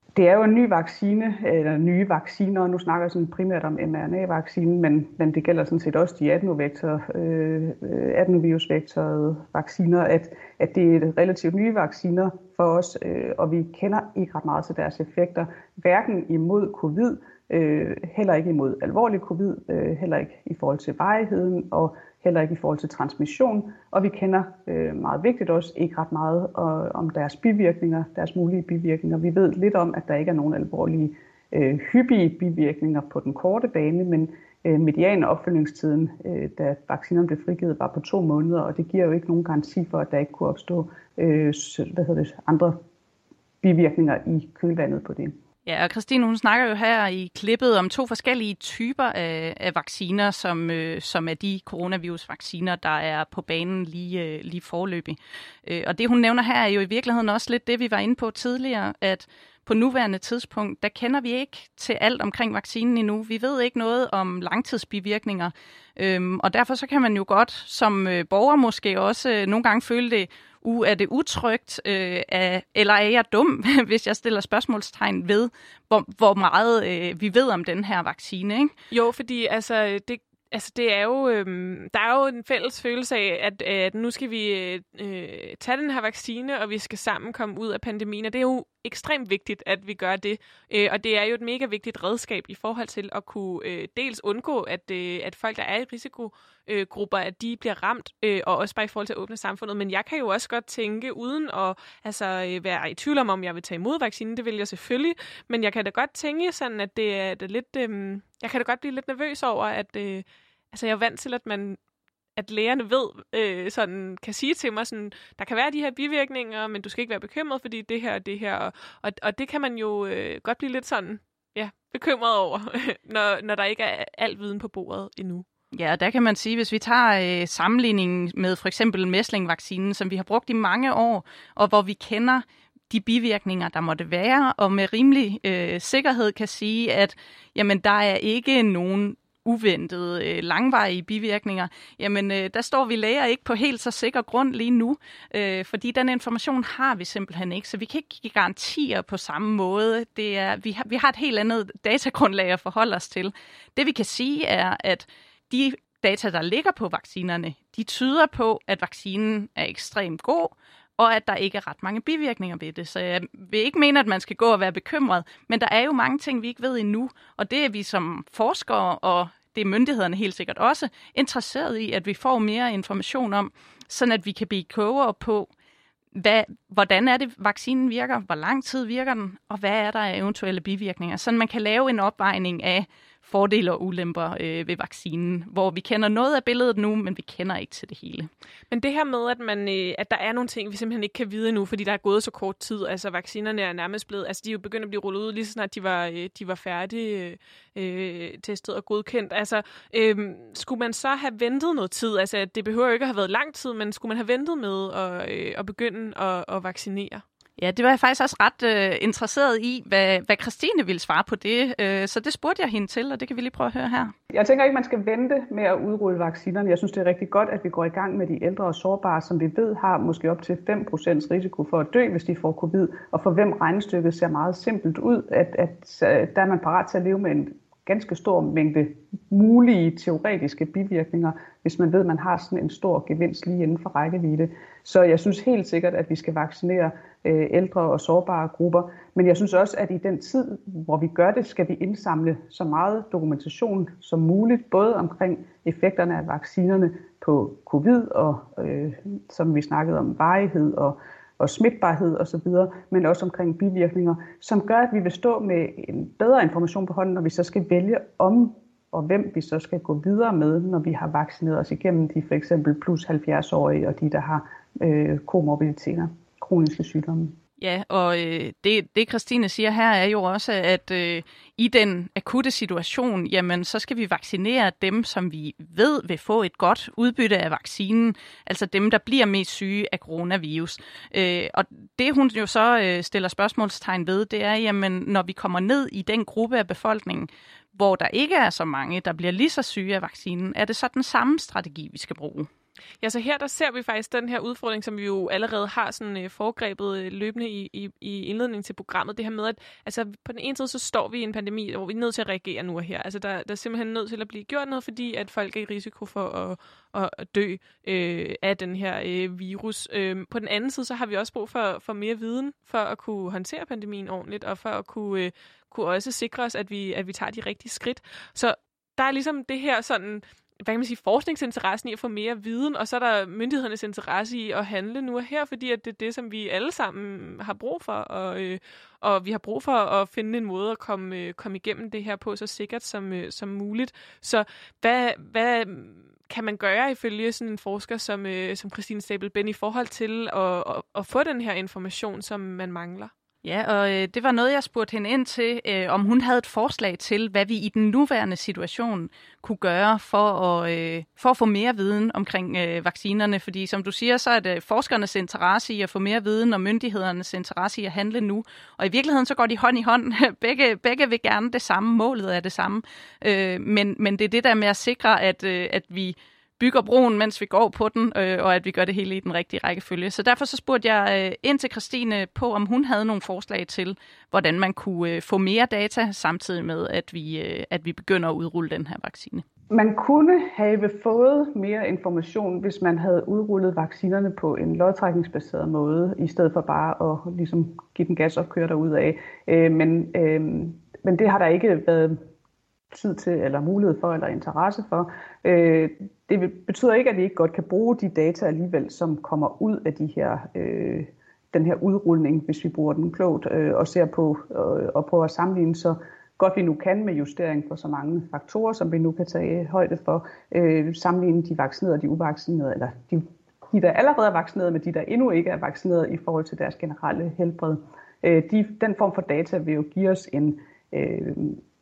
Det er jo en ny vaccine, eller nye vacciner, nu snakker jeg sådan primært om M R N A-vaccinen, men, men det gælder sådan set også de adenovirusvektorede vacciner, at, at det er relativt nye vacciner for os, øh, og vi kender ikke ret meget til deres effekter, hverken imod covid, øh, heller ikke imod alvorlig covid, øh, heller ikke i forhold til varigheden, og heller ikke i forhold til transmission, og vi kender øh, meget vigtigt også ikke ret meget øh, om deres bivirkninger, deres mulige bivirkninger. Vi ved lidt om, at der ikke er nogen alvorlige, øh, hyppige bivirkninger på den korte bane, men øh, median opfølgningstiden, øh, da vaccinerne blev frigivet, var på to måneder, og det giver jo ikke nogen garanti for, at der ikke kunne opstå øh, hvad hedder det, andre bivirkninger i kølvandet på det. Ja, og Christine, hun snakker jo her i klippet om to forskellige typer af, af vacciner, som, øh, som er de coronavirusvacciner, der er på banen lige, øh, lige foreløbig. Øh, og det, hun nævner her, er jo i virkeligheden også lidt det, vi var inde på tidligere, at på nuværende tidspunkt, der kender vi ikke til alt omkring vaccinen endnu. Vi ved ikke noget om langtidsbivirkninger, øhm, og derfor så kan man jo godt som øh, borger måske også øh, nogle gange føle det, uh, er det utrygt, øh, er, eller er jeg dum, hvis jeg stiller spørgsmålstegn ved, hvor, hvor meget øh, vi ved om den her vaccine, ikke? Jo, fordi altså det Altså det er jo, øhm, der er jo en fælles følelse af, at, at nu skal vi øh, tage den her vaccine, og vi skal sammen komme ud af pandemien, og det er jo ekstremt vigtigt, at vi gør det. Øh, og det er jo et mega vigtigt redskab i forhold til at kunne øh, dels undgå, at, øh, at folk, der er i risikogrupper, øh, at de bliver ramt, øh, og også bare i forhold til at åbne samfundet. Men jeg kan jo også godt tænke, uden at altså, øh, være i tvivl om, om jeg vil tage imod vaccinen, det vil jeg selvfølgelig, men jeg kan da godt tænke sådan, at det er, det er lidt, øh, jeg kan da godt blive lidt nervøs over, at øh, altså, jeg er vant til, at man at lægerne ved, øh, sådan, kan sige til mig, sådan, der kan være de her bivirkninger, men du skal ikke være bekymret, fordi det her og det her. Og, og, og det kan man jo øh, godt blive lidt sådan, ja, bekymret over, når, når der ikke er al viden på bordet endnu. Ja, der kan man sige, hvis vi tager øh, sammenligningen med for eksempel mæslingvaccinen, som vi har brugt i mange år, og hvor vi kender de bivirkninger, der måtte være, og med rimelig øh, sikkerhed kan sige, at jamen, der er ikke nogen uventede, øh, langvarige bivirkninger, jamen øh, der står vi læger ikke på helt så sikker grund lige nu, øh, fordi den information har vi simpelthen ikke, så vi kan ikke give garantier på samme måde. Det er, vi, har, vi har et helt andet datagrundlag at forholde os til. Det vi kan sige er, at de data, der ligger på vaccinerne, de tyder på, at vaccinen er ekstremt god, og at der ikke er ret mange bivirkninger ved det. Så jeg vil ikke mene, at man skal gå og være bekymret, men der er jo mange ting, vi ikke ved endnu, og det er vi som forskere, og det er myndighederne helt sikkert også, interesseret i, at vi får mere information om, sådan at vi kan blive klogere på, hvad, hvordan er det, vaccinen virker, hvor lang tid virker den, og hvad er der af eventuelle bivirkninger, så man kan lave en opvejning af fordele og ulemper øh, ved vaccinen, hvor vi kender noget af billedet nu, men vi kender ikke til det hele. Men det her med, at, man, øh, at der er nogle ting, vi simpelthen ikke kan vide endnu, fordi der er gået så kort tid, altså vaccinerne er nærmest blevet, altså de er jo begyndt at blive rullet ud, lige så snart de var, øh, de var færdige, øh, testet og godkendt. Altså, øh, skulle man så have ventet noget tid? Altså, det behøver jo ikke at have været lang tid, men skulle man have ventet med at, øh, at begynde at, at vaccinere? Ja, det var jeg faktisk også ret øh, interesseret i, hvad, hvad Christine ville svare på det. Øh, så det spurgte jeg hende til, og det kan vi lige prøve at høre her. Jeg tænker ikke, man skal vente med at udrulle vaccinerne. Jeg synes, det er rigtig godt, at vi går i gang med de ældre og sårbare, som vi ved har måske op til fem procent risiko for at dø, hvis de får covid. Og for hvem regnestykket ser meget simpelt ud, at, at der er man parat til at leve med en ganske stor mængde mulige teoretiske bivirkninger, hvis man ved, at man har sådan en stor gevinst lige inden for rækkevidde. Så jeg synes helt sikkert, at vi skal vaccinere øh, ældre og sårbare grupper. Men jeg synes også, at i den tid, hvor vi gør det, skal vi indsamle så meget dokumentation som muligt, både omkring effekterne af vaccinerne på covid, og øh, som vi snakkede om, varighed og og smitbarhed osv., men også omkring bivirkninger, som gør, at vi vil stå med en bedre information på hånden, når vi så skal vælge om, og hvem vi så skal gå videre med, når vi har vaccineret os igennem de for eksempel plus halvfjerds-årige og de, der har øh, komorbiditeter, kroniske sygdomme. Ja, og øh, det, det Christine siger her er jo også, at øh, i den akutte situation, jamen så skal vi vaccinere dem, som vi ved vil få et godt udbytte af vaccinen, altså dem, der bliver mest syge af coronavirus. Øh, og det hun jo så øh, stiller spørgsmålstegn ved, det er, jamen når vi kommer ned i den gruppe af befolkningen, hvor der ikke er så mange, der bliver lige så syge af vaccinen, er det så den samme strategi, vi skal bruge? Ja, så her der ser vi faktisk den her udfordring, som vi jo allerede har sådan øh, foregrebet øh, løbende i, i, i indledningen til programmet. Det her med, at altså, på den ene side, så står vi i en pandemi, hvor vi er nødt til at reagere nu og her. Altså, der, der er simpelthen nødt til at blive gjort noget, fordi at folk er i risiko for at, at dø øh, af den her øh, virus. Øh, på den anden side, så har vi også brug for, for mere viden, for at kunne håndtere pandemien ordentligt, og for at kunne, øh, kunne også sikre os, at vi, at vi tager de rigtige skridt. Så der er ligesom det her sådan... hvad kan man sige, forskningsinteressen i at få mere viden, og så er der myndighedernes interesse i at handle nu og her, fordi at det er det, som vi alle sammen har brug for, og, øh, og vi har brug for at finde en måde at komme, øh, komme igennem det her på så sikkert som, øh, som muligt. Så hvad, hvad kan man gøre ifølge sådan en forsker som, øh, som Christine Stabel-Benn i forhold til at, at, at få den her information, som man mangler? Ja, og øh, det var noget, jeg spurgte hende ind til, øh, om hun havde et forslag til, hvad vi i den nuværende situation kunne gøre for at, øh, for at få mere viden omkring øh, vaccinerne. Fordi som du siger, så er det forskernes interesse i at få mere viden, og myndighedernes interesse i at handle nu. Og i virkeligheden så går de hånd i hånd. begge, begge vil gerne det samme, målet er det samme. Øh, men, men det er det der med at sikre, at, øh, at vi bygger broen, mens vi går på den, øh, og at vi gør det hele i den rigtige rækkefølge. Så derfor så spurgte jeg øh, ind til Christine på, om hun havde nogle forslag til, hvordan man kunne øh, få mere data, samtidig med, at vi, øh, at vi begynder at udrulle den her vaccine. Man kunne have fået mere information, hvis man havde udrullet vaccinerne på en lodtrækningsbaseret måde, i stedet for bare at ligesom, give den gas og køre derudad. Øh, men, øh, men det har der ikke været tid til, eller mulighed for, eller interesse for. Øh, det betyder ikke, at vi ikke godt kan bruge de data alligevel, som kommer ud af de her, øh, den her udrulning, hvis vi bruger den klogt, øh, og ser på øh, og prøver at sammenligne så godt vi nu kan med justering på så mange faktorer, som vi nu kan tage højde for. Øh, sammenligne de vaccinerede og de uvaccinerede, eller de, de, der allerede er vaccineret, med de, der endnu ikke er vaccineret i forhold til deres generelle helbred. Øh, de, den form for data vil jo give os en øh,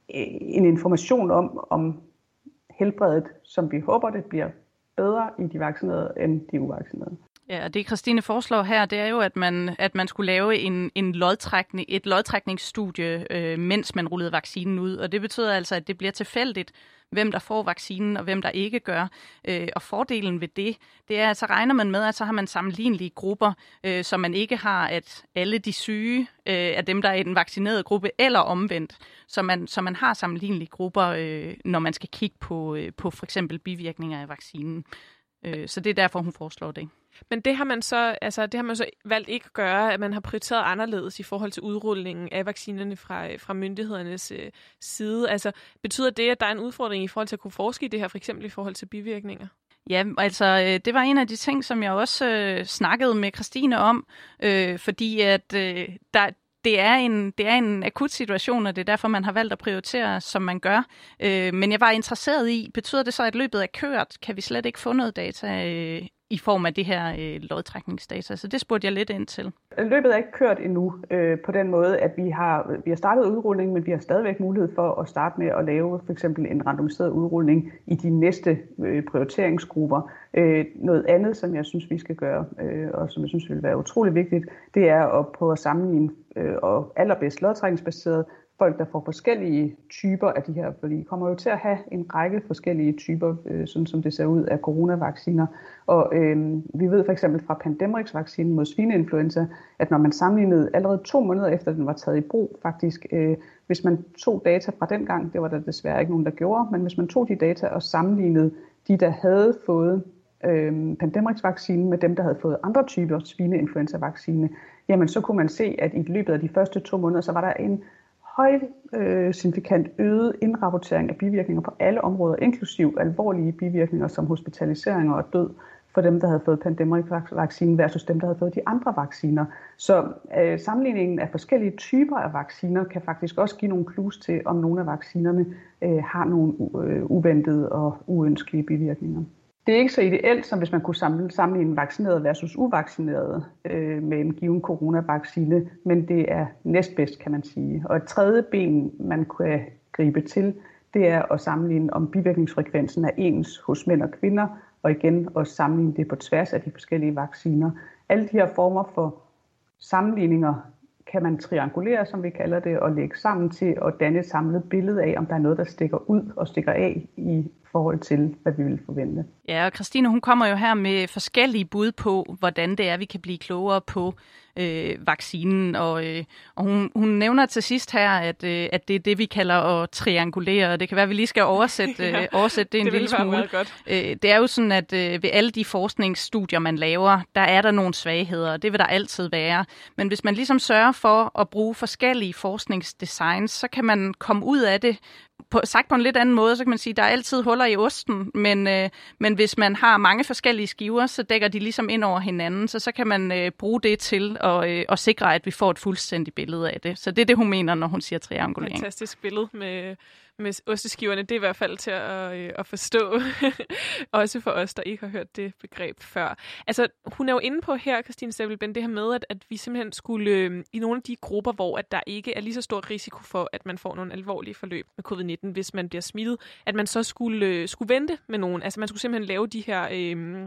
en information om, om helbredet, som vi håber, det bliver bedre i de vaccinerede end de uvaccinerede. Ja, og det Christine foreslår her, det er jo, at man, at man skulle lave en, en lodtrækning, et lodtrækningsstudie, øh, mens man rullede vaccinen ud. Og det betyder altså, at det bliver tilfældigt, hvem der får vaccinen og hvem der ikke gør. Øh, og fordelen ved det, det er, at så regner man med, at så har man sammenlignelige grupper, øh, så man ikke har, at alle de syge øh, er dem, der er i den vaccinerede gruppe, eller omvendt. Så man, så man har sammenlignelige grupper, øh, når man skal kigge på, øh, på for eksempel bivirkninger af vaccinen. Øh, så det er derfor, hun foreslår det. Men det har man så, altså det har man så valgt ikke at gøre, at man har prioriteret anderledes i forhold til udrulningen af vaccinerne fra, fra myndighedernes øh, side. Altså betyder det, at der er en udfordring i forhold til at kunne forske i det her, for eksempel i forhold til bivirkninger? Ja, altså det var en af de ting, som jeg også øh, snakkede med Christine om, øh, fordi at øh, der Det er, en, det er en akut situation, og det er derfor, man har valgt at prioritere, som man gør. Øh, men jeg var interesseret i, betyder det så, at løbet er kørt? Kan vi slet ikke få noget data øh, i form af det her øh, lodtrækningsdata? Så det spurgte jeg lidt ind til. Løbet er ikke kørt endnu øh, på den måde, at vi har, vi har startet udrulningen, men vi har stadigvæk mulighed for at starte med at lave for eksempel en randomiseret udrulning i de næste øh, prioriteringsgrupper. Øh, noget andet, som jeg synes, vi skal gøre, øh, og som jeg synes vil være utrolig vigtigt, det er at prøve at sammenligne øh, og allerbedst lodtrækningsbaseret folk, der får forskellige typer af de her, fordi vi kommer jo til at have en række forskellige typer, øh, sådan som det ser ud af coronavacciner. Og øh, vi ved for eksempel fra Pandemrix-vaccinen mod svineinfluenza, at når man sammenlignede allerede to måneder efter, den var taget i brug, faktisk, øh, hvis man tog data fra den gang, det var der desværre ikke nogen, der gjorde, men hvis man tog de data og sammenlignede de, der havde fået øh, Pandemrix-vaccinen med dem, der havde fået andre typer svineinfluenza-vaccine, jamen så kunne man se, at i løbet af de første to måneder, så var der en højt øh, signifikant øget indrapportering af bivirkninger på alle områder, inklusiv alvorlige bivirkninger som hospitaliseringer og død for dem, der havde fået Pandemrix-vaccinen versus dem, der havde fået de andre vacciner. Så øh, sammenligningen af forskellige typer af vacciner kan faktisk også give nogle clues til, om nogle af vaccinerne øh, har nogle øh, uventede og uønskelige bivirkninger. Det er ikke så ideelt, som hvis man kunne sammenligne vaccinerede versus uvaccinerede øh, med en given coronavaccine, men det er næstbedst, kan man sige. Og et tredje ben, man kan gribe til, det er at sammenligne, om bivirkningsfrekvensen er ens hos mænd og kvinder, og igen at sammenligne det på tværs af de forskellige vacciner. Alle de her former for sammenligninger kan man triangulere, som vi kalder det, og lægge sammen til at danne et samlet billede af, om der er noget, der stikker ud og stikker af i forhold til, hvad vi vil forvente. Ja, og Christine, hun kommer jo her med forskellige bud på, hvordan det er, vi kan blive klogere på øh, vaccinen, og, øh, og hun, hun nævner til sidst her, at, øh, at det er det, vi kalder at triangulere, og det kan være, at vi lige skal oversætte, ja, øh, oversætte det en det lille smule. Øh, det er jo sådan, at øh, ved alle de forskningsstudier, man laver, der er der nogle svagheder, og det vil der altid være. Men hvis man ligesom sørger for at bruge forskellige forskningsdesigns, så kan man komme ud af det. På, sagt på en lidt anden måde, så kan man sige, at der er altid huller i osten, men, øh, men hvis man har mange forskellige skiver, så dækker de ligesom ind over hinanden, så så kan man øh, bruge det til at, øh, at sikre, at vi får et fuldstændigt billede af det. Så det er det, hun mener, når hun siger triangulering. Fantastisk billede med, med osteskiverne. Det er i hvert fald til at, øh, at forstå, også for os, der ikke har hørt det begreb før. Altså, hun er jo inde på her, Christine Stepelben, det her med, at, at vi simpelthen skulle øh, i nogle af de grupper, hvor at der ikke er lige så stor risiko for, at man får nogle alvorlige forløb med covid nitten, hvis man bliver smittet, at man så skulle, øh, skulle vente med nogen. Altså, man skulle simpelthen lave de her øh,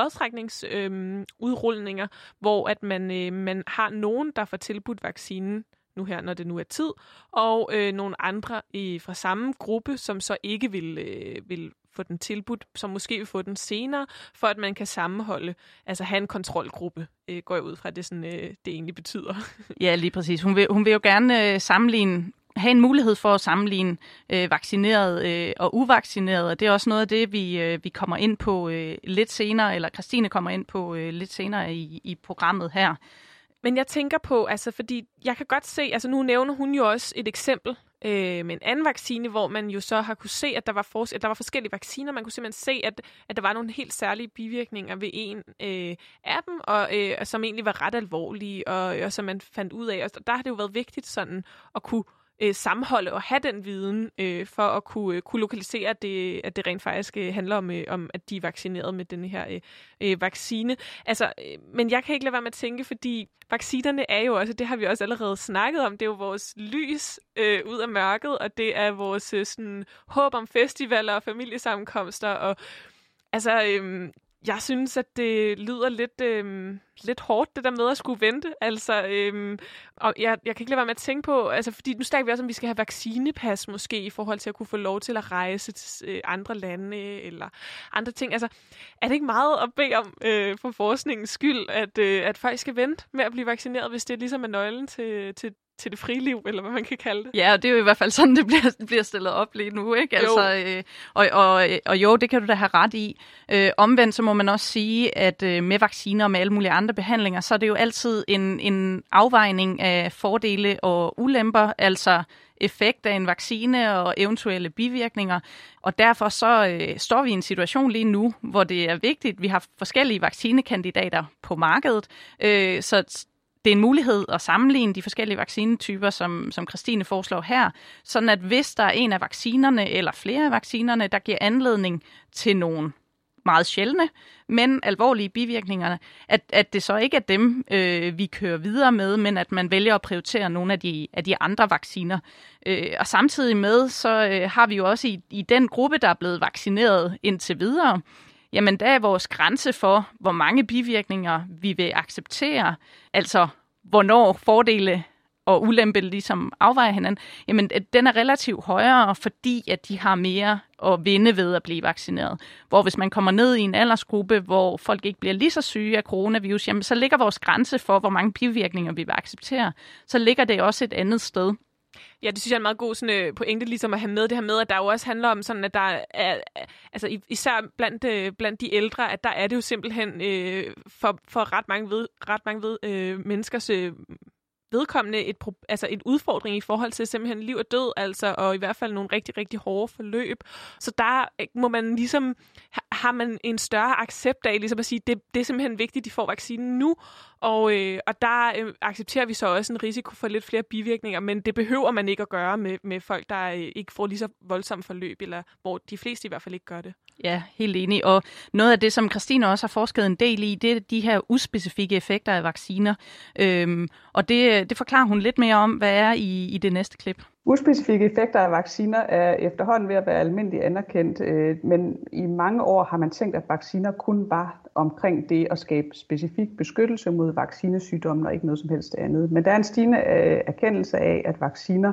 lodtrækningsudrulninger, øh, hvor at man, øh, man har nogen, der får tilbudt vaccinen nu her, når det nu er tid, og øh, nogle andre i, fra samme gruppe, som så ikke vil, øh, vil få den tilbudt, som måske vil få den senere, for at man kan sammenholde, altså have en kontrolgruppe, øh, går jeg ud fra, det sådan, øh, det egentlig betyder. Ja, lige præcis. Hun vil, hun vil jo gerne øh, sammenligne have en mulighed for at sammenligne øh, vaccineret øh, og uvaccineret, og det er også noget af det, vi, øh, vi kommer ind på øh, lidt senere, eller Christine kommer ind på øh, lidt senere i, i programmet her. Men jeg tænker på, altså fordi jeg kan godt se, altså nu nævner hun jo også et eksempel øh, med en anden vaccine, hvor man jo så har kunne se, at der var, for, at der var forskellige vacciner. Man kunne simpelthen se, at, at der var nogle helt særlige bivirkninger ved en øh, af dem, og øh, som egentlig var ret alvorlige, og, og som man fandt ud af. Og der har det jo været vigtigt sådan at kunne øh, sammenholde og have den viden øh, for at kunne, øh, kunne lokalisere, at det, at det rent faktisk øh, handler om, øh, om, at de er vaccineret med den her øh, øh, vaccine. Altså, øh, men jeg kan ikke lade være med at tænke, fordi vaccinerne er jo også, det har vi også allerede snakket om, det er jo vores lys øh, ud af mørket, og det er vores øh, sådan, håb om festivaler og familiesammenkomster, og altså... Øh, Jeg synes, at det lyder lidt, øhm, lidt hårdt, det der med at skulle vente. Altså, øhm, og jeg, jeg kan ikke lade være med at tænke på, altså, fordi nu snakker vi også om, at vi skal have vaccinepas måske, i forhold til at kunne få lov til at rejse til øh, andre lande, eller andre ting. Altså, er det ikke meget at bede om, øh, for forskningens skyld, at, øh, at folk skal vente med at blive vaccineret, hvis det ligesom er nøglen til, til til det frie liv, eller hvad man kan kalde det. Ja, og det er jo i hvert fald sådan, det bliver, bliver stillet op lige nu, ikke? Altså, øh, og, og, og jo, det kan du da have ret i. Øh, omvendt så må man også sige, at øh, med vacciner og med alle mulige andre behandlinger, så er det jo altid en, en afvejning af fordele og ulemper, altså effekt af en vaccine og eventuelle bivirkninger. Og derfor så øh, står vi i en situation lige nu, hvor det er vigtigt, vi har forskellige vaccinekandidater på markedet, øh, så det er en mulighed at sammenligne de forskellige vaccinetyper, som, som Christine foreslår her, sådan at hvis der er en af vaccinerne eller flere af vaccinerne, der giver anledning til nogle meget sjældne, men alvorlige bivirkninger, at, at det så ikke er dem, øh, vi kører videre med, men at man vælger at prioritere nogle af de, af de andre vacciner. Øh, og samtidig med, så øh, har vi jo også i, i den gruppe, der er blevet vaccineret indtil videre, jamen der er vores grænse for, hvor mange bivirkninger vi vil acceptere, altså hvornår fordele og ulempe ligesom afvejer hinanden, jamen den er relativt højere, fordi at de har mere at vinde ved at blive vaccineret. Hvor hvis man kommer ned i en aldersgruppe, hvor folk ikke bliver lige så syge af coronavirus, jamen så ligger vores grænse for, hvor mange bivirkninger vi vil acceptere, så ligger det også et andet sted. Ja, det synes jeg er en meget god sådan, uh, pointe ligesom at have med det her med, at der jo også handler om sådan, at der er, altså især blandt, uh, blandt de ældre, at der er det jo simpelthen uh, for, for ret mange, ved, ret mange ved, uh, menneskers uh, vedkommende et, altså et udfordring i forhold til simpelthen liv og død, altså, og i hvert fald nogle rigtig, rigtig hårde forløb. Så der må man ligesom, har man en større accept af, ligesom at sige, det, det er simpelthen vigtigt, at de får vaccinen nu, og, øh, og der øh, accepterer vi så også en risiko for lidt flere bivirkninger, men det behøver man ikke at gøre med, med folk, der øh, ikke får lige så voldsomme forløb, eller hvor de fleste i hvert fald ikke gør det. Ja, helt enig. Og noget af det, som Christine også har forsket en del i, det er de her uspecifikke effekter af vacciner. Øhm, og det, det forklarer hun lidt mere om, hvad er i, i det næste klip. Uspecifikke effekter af vacciner er efterhånden ved at være almindeligt anerkendt, øh, men i mange år har man tænkt, at vacciner kun var omkring det at skabe specifik beskyttelse mod vaccinesygdommen og ikke noget som helst andet. Men der er en stigende øh, erkendelse af, at vacciner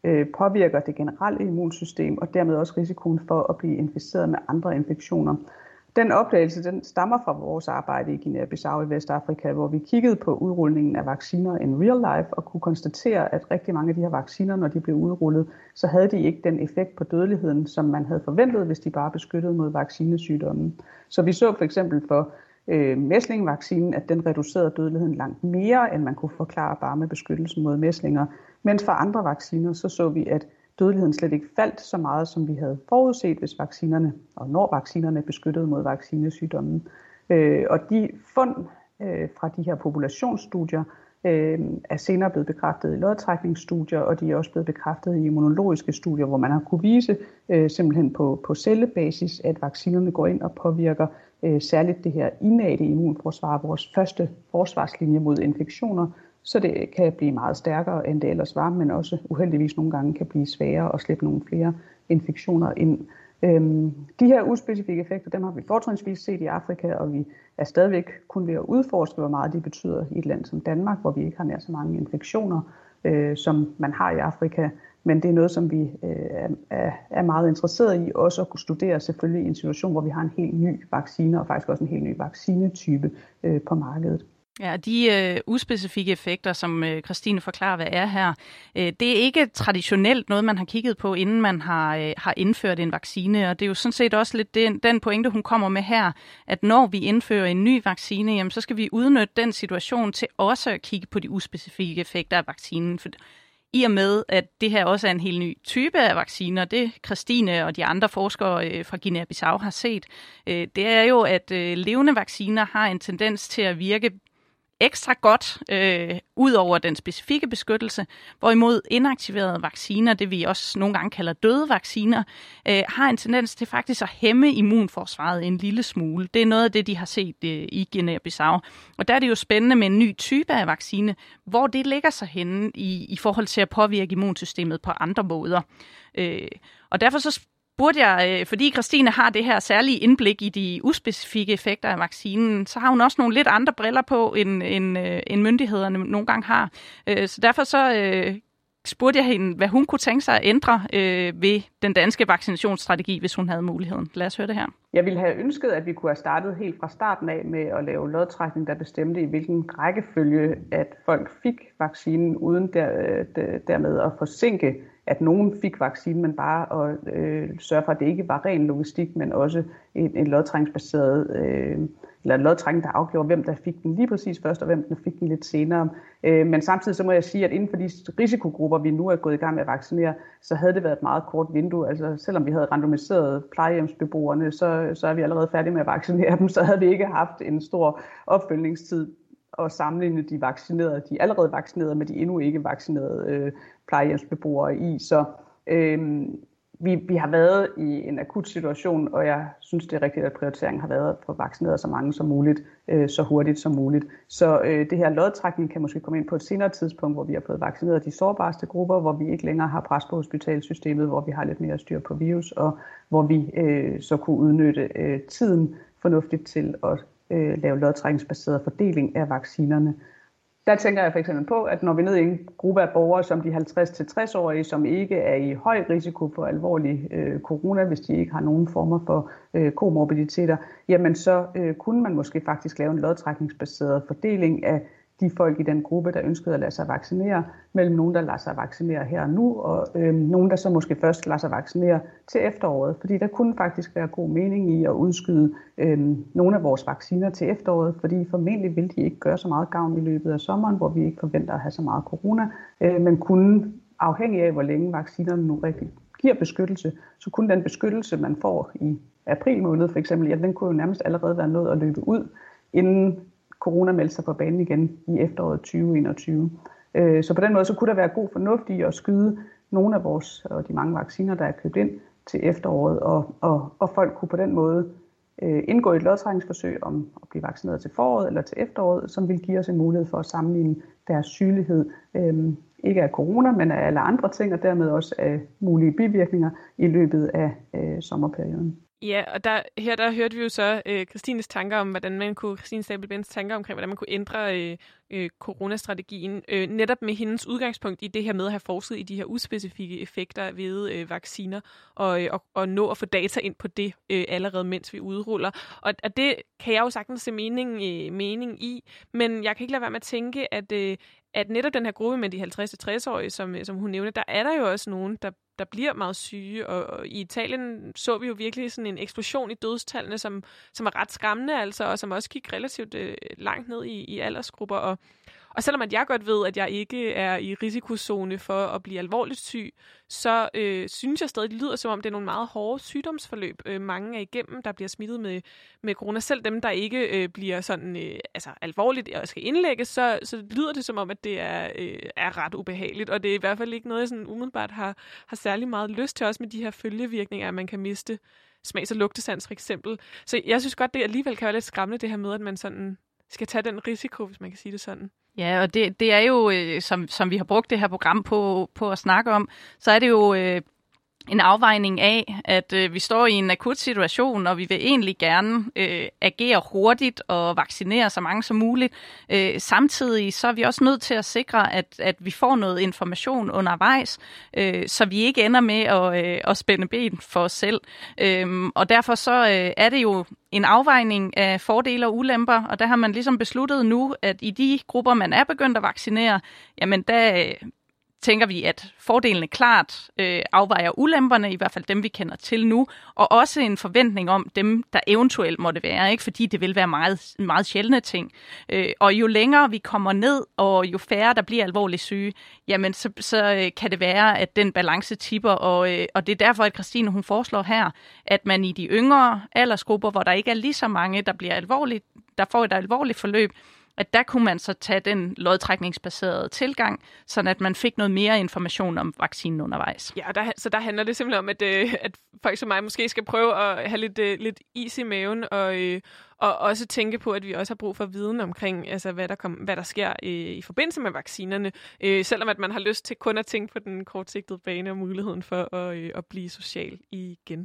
øh, påvirker det generelle immunsystem og dermed også risikoen for at blive inficeret med andre infektioner. Den opdagelse den stammer fra vores arbejde i Guinea-Bissau i Vestafrika, hvor vi kiggede på udrulningen af vacciner in real life og kunne konstatere, at rigtig mange af de her vacciner, når de blev udrullet, så havde de ikke den effekt på dødeligheden, som man havde forventet, hvis de bare beskyttede mod vaccinesygdommen. Så vi så for eksempel for øh, mæslingvaccinen, at den reducerede dødeligheden langt mere, end man kunne forklare bare med beskyttelsen mod mæslinger. Mens for andre vacciner, så så vi, at dødeligheden slet ikke faldt så meget, som vi havde forudset, hvis vaccinerne, og når vaccinerne beskyttede mod vaccinesygdommen. Øh, og de fund øh, fra de her populationsstudier øh, er senere blevet bekræftet i lodtrækningsstudier, og de er også blevet bekræftet i immunologiske studier, hvor man har kunne vise øh, simpelthen på, på cellebasis, at vaccinerne går ind og påvirker øh, særligt det her innate immunforsvar, vores første forsvarslinje mod infektioner, så det kan blive meget stærkere, end det ellers var, men også uheldigvis nogle gange kan blive sværere og slippe nogle flere infektioner ind. Øhm, de her uspecifikke effekter, dem har vi fortrinsvis set i Afrika, og vi er stadigvæk kun ved at udforske, hvor meget de betyder i et land som Danmark, hvor vi ikke har nær så mange infektioner, øh, som man har i Afrika. Men det er noget, som vi øh, er, er meget interesseret i, også at kunne studere selvfølgelig i en situation, hvor vi har en helt ny vaccine, og faktisk også en helt ny vaccinetype øh, på markedet. Ja, de øh, uspecifikke effekter, som øh, Christine forklarer, hvad er her, øh, det er ikke traditionelt noget, man har kigget på, inden man har, øh, har indført en vaccine. Og det er jo sådan set også lidt den, den pointe, hun kommer med her, at når vi indfører en ny vaccine, jamen, så skal vi udnytte den situation til også at kigge på de uspecifikke effekter af vaccinen. For i og med, at det her også er en helt ny type af vacciner, det Christine og de andre forskere øh, fra Guinea-Bissau har set, øh, det er jo, at øh, levende vacciner har en tendens til at virke ekstra godt øh, ud over den specifikke beskyttelse, hvorimod inaktiverede vacciner, det vi også nogle gange kalder døde vacciner, øh, har en tendens til faktisk at hæmme immunforsvaret en lille smule. Det er noget af det, de har set øh, i Guinea-Bissau. Og der er det jo spændende med en ny type af vaccine, hvor det ligger sig henne i, i forhold til at påvirke immunsystemet på andre måder. Øh, og derfor så burde jeg, fordi Christine har det her særlige indblik i de uspecifikke effekter af vaccinen, så har hun også nogle lidt andre briller på, end, end, end myndighederne nogle gange har. Så derfor så øh, spurgte jeg hende, hvad hun kunne tænke sig at ændre øh, ved den danske vaccinationsstrategi, hvis hun havde muligheden. Lad os høre det her. Jeg ville have ønsket, at vi kunne have startet helt fra starten af med at lave lodtrækning, der bestemte i hvilken rækkefølge, at folk fik vaccinen, uden der, der, dermed at forsinke, at nogen fik vaccinen, men bare at øh, sørge for, at det ikke var ren logistik, men også en, en lodtrækningsbaseret, øh, eller en lodtrækning, der afgjorde, hvem der fik den lige præcis først, og hvem der fik den lidt senere. Øh, men samtidig så må jeg sige, at inden for de risikogrupper, vi nu er gået i gang med at vaccinere, så havde det været et meget kort vindue. Altså selvom vi havde randomiseret plejehjemsbeboerne, så, så er vi allerede færdige med at vaccinere dem, så havde vi ikke haft en stor opfølgningstid og sammenligne de vaccinerede, de allerede vaccinerede med de endnu ikke vaccinerede øh, plejehjemsbeboere i. Så øh, vi, vi har været i en akut situation, og jeg synes, det er rigtigt, at prioriteringen har været at få vaccineret så mange som muligt, øh, så hurtigt som muligt. Så øh, det her lodtrækning kan måske komme ind på et senere tidspunkt, hvor vi har fået vaccineret de sårbarste grupper, hvor vi ikke længere har pres på hospitalsystemet, hvor vi har lidt mere styr på virus, og hvor vi øh, så kunne udnytte øh, tiden fornuftigt til at lave lodtrækningsbaseret fordeling af vaccinerne. Der tænker jeg for eksempel på, at når vi er nede i en gruppe af borgere, som de halvtreds til tres-årige, som ikke er i høj risiko for alvorlig øh, corona, hvis de ikke har nogen former for øh, komorbiditeter, jamen så øh, kunne man måske faktisk lave en lodtrækningsbaseret fordeling af de folk i den gruppe, der ønskede at lade sig vaccinere, mellem nogen, der lader sig vaccinere her og nu, og øh, nogen, der så måske først lader sig vaccinere til efteråret. Fordi der kunne faktisk være god mening i at udskyde øh, nogle af vores vacciner til efteråret, fordi formentlig vil de ikke gøre så meget gavn i løbet af sommeren, hvor vi ikke forventer at have så meget corona, øh, men kunne afhængig af, hvor længe vaccinerne nu rigtig giver beskyttelse, så kunne den beskyttelse, man får i april måned for eksempel, ja, den kunne jo nærmest allerede være nået at løbe ud, inden corona meldte sig på banen igen i efteråret tyve enogtyve. Så på den måde så kunne der være god fornuft i at skyde nogle af vores og de mange vacciner, der er købt ind til efteråret, og, og, og folk kunne på den måde indgå i et lodtrækningsforsøg om at blive vaccineret til foråret eller til efteråret, som vil give os en mulighed for at sammenligne deres sygelighed, øhm, ikke af corona, men af alle andre ting, og dermed også af mulige bivirkninger i løbet af øh, sommerperioden. Ja, og der, her der hørte vi jo så øh, Christines tanker om, hvordan man kunne, Christine Stabel-Bens tanker omkring, hvordan man kunne ændre øh, øh, coronastrategien, øh, netop med hendes udgangspunkt i det her med at have forsket i de her uspecifikke effekter ved øh, vacciner, og, øh, og, og nå at få data ind på det øh, allerede, mens vi udruller. Og, og det kan jeg jo sagtens se mening, øh, mening i, men jeg kan ikke lade være med at tænke, at, øh, at netop den her gruppe med de halvtreds til tres-årige, som, som hun nævner, der er der jo også nogen, der der bliver meget syge, og, og i Italien så vi jo virkelig sådan en eksplosion i dødstallene, som, som er ret skræmmende, altså, og som også gik relativt øh, langt ned i, i aldersgrupper. Og, og selvom at jeg godt ved, at jeg ikke er i risikozone for at blive alvorligt syg, så øh, synes jeg stadig, det lyder som om, det er nogle meget hårde sygdomsforløb, øh, mange er igennem, der bliver smittet med, med corona. Selv dem, der ikke øh, bliver sådan øh, altså alvorligt og skal indlægges, så, så lyder det som om, at det er, øh, er ret ubehageligt, og det er i hvert fald ikke noget, jeg sådan umiddelbart har, har særlig meget lyst til, også med de her følgevirkninger, at man kan miste smags- og lugtesans for eksempel. Så jeg synes godt, det alligevel kan være lidt skræmmende, det her med, at man sådan skal tage den risiko, hvis man kan sige det sådan. Ja, og det, det er jo, øh, som, som vi har brugt det her program på, på at snakke om, så er det jo øh, en afvejning af, at øh, vi står i en akut situation, og vi vil egentlig gerne øh, agere hurtigt og vaccinere så mange som muligt. Øh, samtidig så er vi også nødt til at sikre, at, at vi får noget information undervejs, øh, så vi ikke ender med at, øh, at spænde ben for os selv. Øh, og derfor så øh, er det jo en afvejning af fordele og ulemper, og der har man ligesom besluttet nu, at i de grupper, man er begyndt at vaccinere, jamen der øh, tænker vi, at fordelene klart øh, afvejer ulemperne, i hvert fald dem, vi kender til nu, og også en forventning om dem, der eventuelt måtte være, ikke? Fordi det vil være meget, meget sjældne ting. Øh, og jo længere vi kommer ned, og jo færre der bliver alvorligt syge, jamen så, så øh, kan det være, at den balance tipper, og, øh, og det er derfor, at Christine hun foreslår her, at man i de yngre aldersgrupper, hvor der ikke er lige så mange, der bliver alvorligt, der får et alvorligt forløb, at der kunne man så tage den lodtrækningsbaserede tilgang, så at man fik noget mere information om vaccinen undervejs. Ja, der, så der handler det simpelthen om, at, øh, at folk som mig måske skal prøve at have lidt, øh, lidt is i maven, og, øh, og også tænke på, at vi også har brug for viden omkring, altså, hvad, der kom, hvad der sker øh, i forbindelse med vaccinerne, øh, selvom at man har lyst til kun at tænke på den kortsigtede bane og muligheden for at, øh, at blive social igen.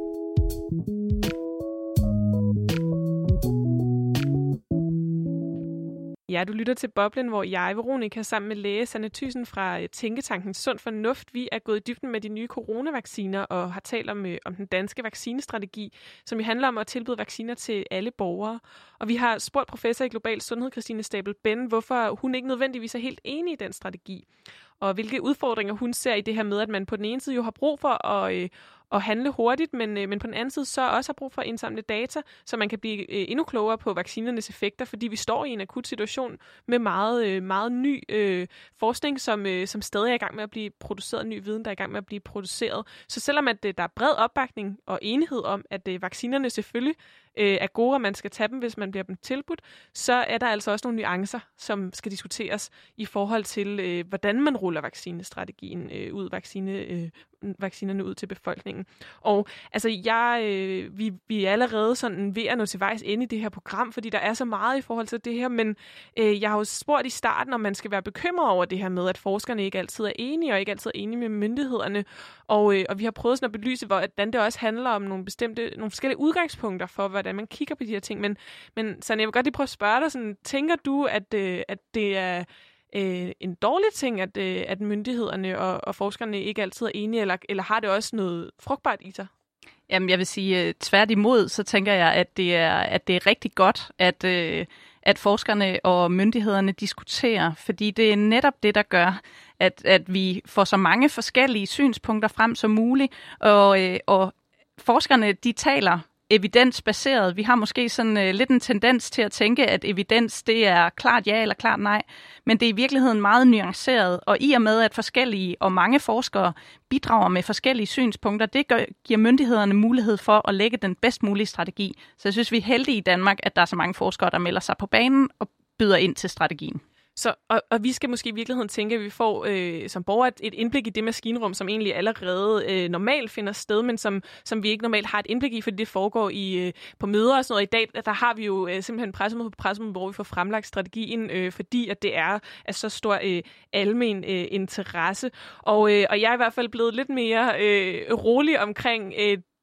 Ja, du lytter til Boblen, hvor jeg, Veronica, sammen med læge Sanne Thyssen fra Tænketanken Sund Fornuft, vi er gået i dybden med de nye coronavacciner og har talt om, om den danske vaccinestrategi, som jo handler om at tilbyde vacciner til alle borgere. Og vi har spurgt professor i global sundhed, Christine Stabel-Ben, hvorfor hun ikke nødvendigvis er helt enig i den strategi, og hvilke udfordringer hun ser i det her med, at man på den ene side jo har brug for at, øh, at handle hurtigt, men, øh, men på den anden side så også har brug for at indsamle data, så man kan blive øh, endnu klogere på vaccinernes effekter, fordi vi står i en akut situation med meget, øh, meget ny øh, forskning, som, øh, som stadig er i gang med at blive produceret, ny viden, der er i gang med at blive produceret. Så selvom at øh, der er bred opbakning og enighed om, at øh, vaccinerne selvfølgelig øh, er gode, og man skal tage dem, hvis man bliver dem tilbudt, så er der altså også nogle nuancer, som skal diskuteres i forhold til, øh, hvordan man ruller vaccinestrategien øh, ud, vaccine, øh, vaccinerne ud til befolkningen. Og altså, jeg, øh, vi, vi er allerede sådan ved at nå til vejs inde i det her program, fordi der er så meget i forhold til det her, men øh, jeg har jo spurgt i starten, om man skal være bekymret over det her med, at forskerne ikke altid er enige, og ikke altid er enige med myndighederne, og, øh, og vi har prøvet sådan at belyse, hvordan det også handler om nogle bestemte, nogle forskellige udgangspunkter for, hvordan man kigger på de her ting, men, men Sanne, jeg vil godt lige prøve at spørge dig, sådan, tænker du, at, øh, at det er øh, en dårlig ting, at, øh, at myndighederne og, og forskerne ikke altid er enige, eller, eller har det også noget frugtbart i sig? Jamen, jeg vil sige, tværtimod, så tænker jeg, at det er, at det er rigtig godt, at, øh, at forskerne og myndighederne diskuterer, fordi det er netop det, der gør, at, at vi får så mange forskellige synspunkter frem som muligt, og, øh, og forskerne, de taler evidensbaseret. Vi har måske sådan uh, lidt en tendens til at tænke, at evidens, det er klart ja eller klart nej, men det er i virkeligheden meget nuanceret, og i og med, at forskellige og mange forskere bidrager med forskellige synspunkter, det gør, giver myndighederne mulighed for at lægge den bedst mulige strategi. Så jeg synes, vi er heldige i Danmark, at der er så mange forskere, der melder sig på banen og byder ind til strategien. Så, og, og vi skal måske i virkeligheden tænke, at vi får øh, som borger et, et indblik i det maskinrum, som egentlig allerede øh, normalt finder sted, men som, som vi ikke normalt har et indblik i, fordi det foregår i, øh, på møder og sådan noget. I dag der har vi jo øh, simpelthen pressemøde på pressemøde, hvor vi får fremlagt strategien, øh, fordi at det er af så stor øh, almen øh, interesse. Og, øh, og jeg er i hvert fald blevet lidt mere øh, rolig omkring øh,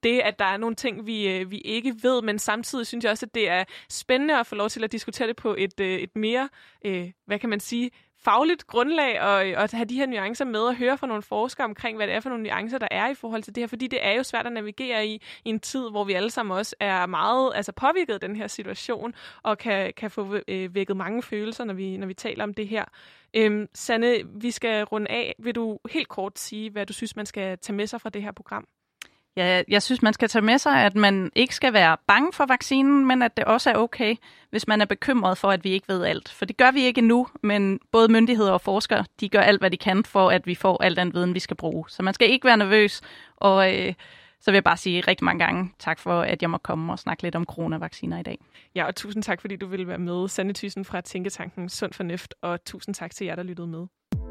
det, at der er nogle ting, vi, vi ikke ved, men samtidig synes jeg også, at det er spændende at få lov til at diskutere det på et, et mere, hvad kan man sige, fagligt grundlag, og, og at have de her nuancer med og høre fra nogle forskere omkring, hvad det er for nogle nuancer, der er i forhold til det her, fordi det er jo svært at navigere i, i en tid, hvor vi alle sammen også er meget altså påvirket af den her situation, og kan, kan få øh, vækket mange følelser, når vi, når vi taler om det her. Øhm, Sanne, vi skal runde af. Vil du helt kort sige, hvad du synes, man skal tage med sig fra det her program? Ja, jeg synes, man skal tage med sig, at man ikke skal være bange for vaccinen, men at det også er okay, hvis man er bekymret for, at vi ikke ved alt. For det gør vi ikke endnu, men både myndigheder og forskere, de gør alt, hvad de kan for, at vi får al den viden, vi skal bruge. Så man skal ikke være nervøs, og øh, så vil jeg bare sige rigtig mange gange tak for, at jeg må komme og snakke lidt om coronavacciner i dag. Ja, og tusind tak, fordi du ville være med. Sanne Thyssen fra Tænketanken Sund Fornuft, og tusind tak til jer, der lyttede med.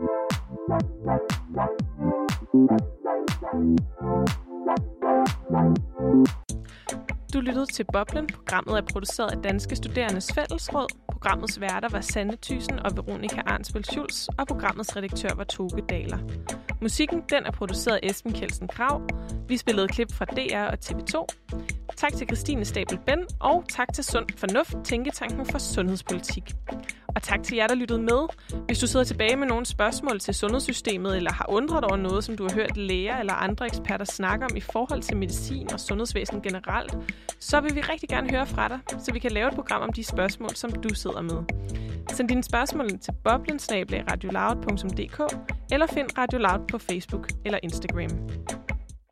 Du lyttede til Boblen. Programmet er produceret af Danske Studerendes Fællesråd. Programmets værter var Sanne Thyssen og Veronika Arnsbøl-Schulz, og programmets redaktør var Toge Daler. Musikken den er produceret af Esben Kjeldsen Krag. Vi spillede klip fra D R og T V to. Tak til Christine Stabel Ben, og tak til Sund Fornuft, Tænketanken for Sundhedspolitik. Og tak til jer, der lyttede med. Hvis du sidder tilbage med nogle spørgsmål til sundhedssystemet, eller har undret over noget, som du har hørt læger eller andre eksperter snakke om i forhold til medicin og sundhedsvæsen generelt, så vil vi rigtig gerne høre fra dig, så vi kan lave et program om de spørgsmål, som du sidder med. Send dine spørgsmål til boblen snabel-a radioloud punktum d k eller find Radio Loud på Facebook eller Instagram.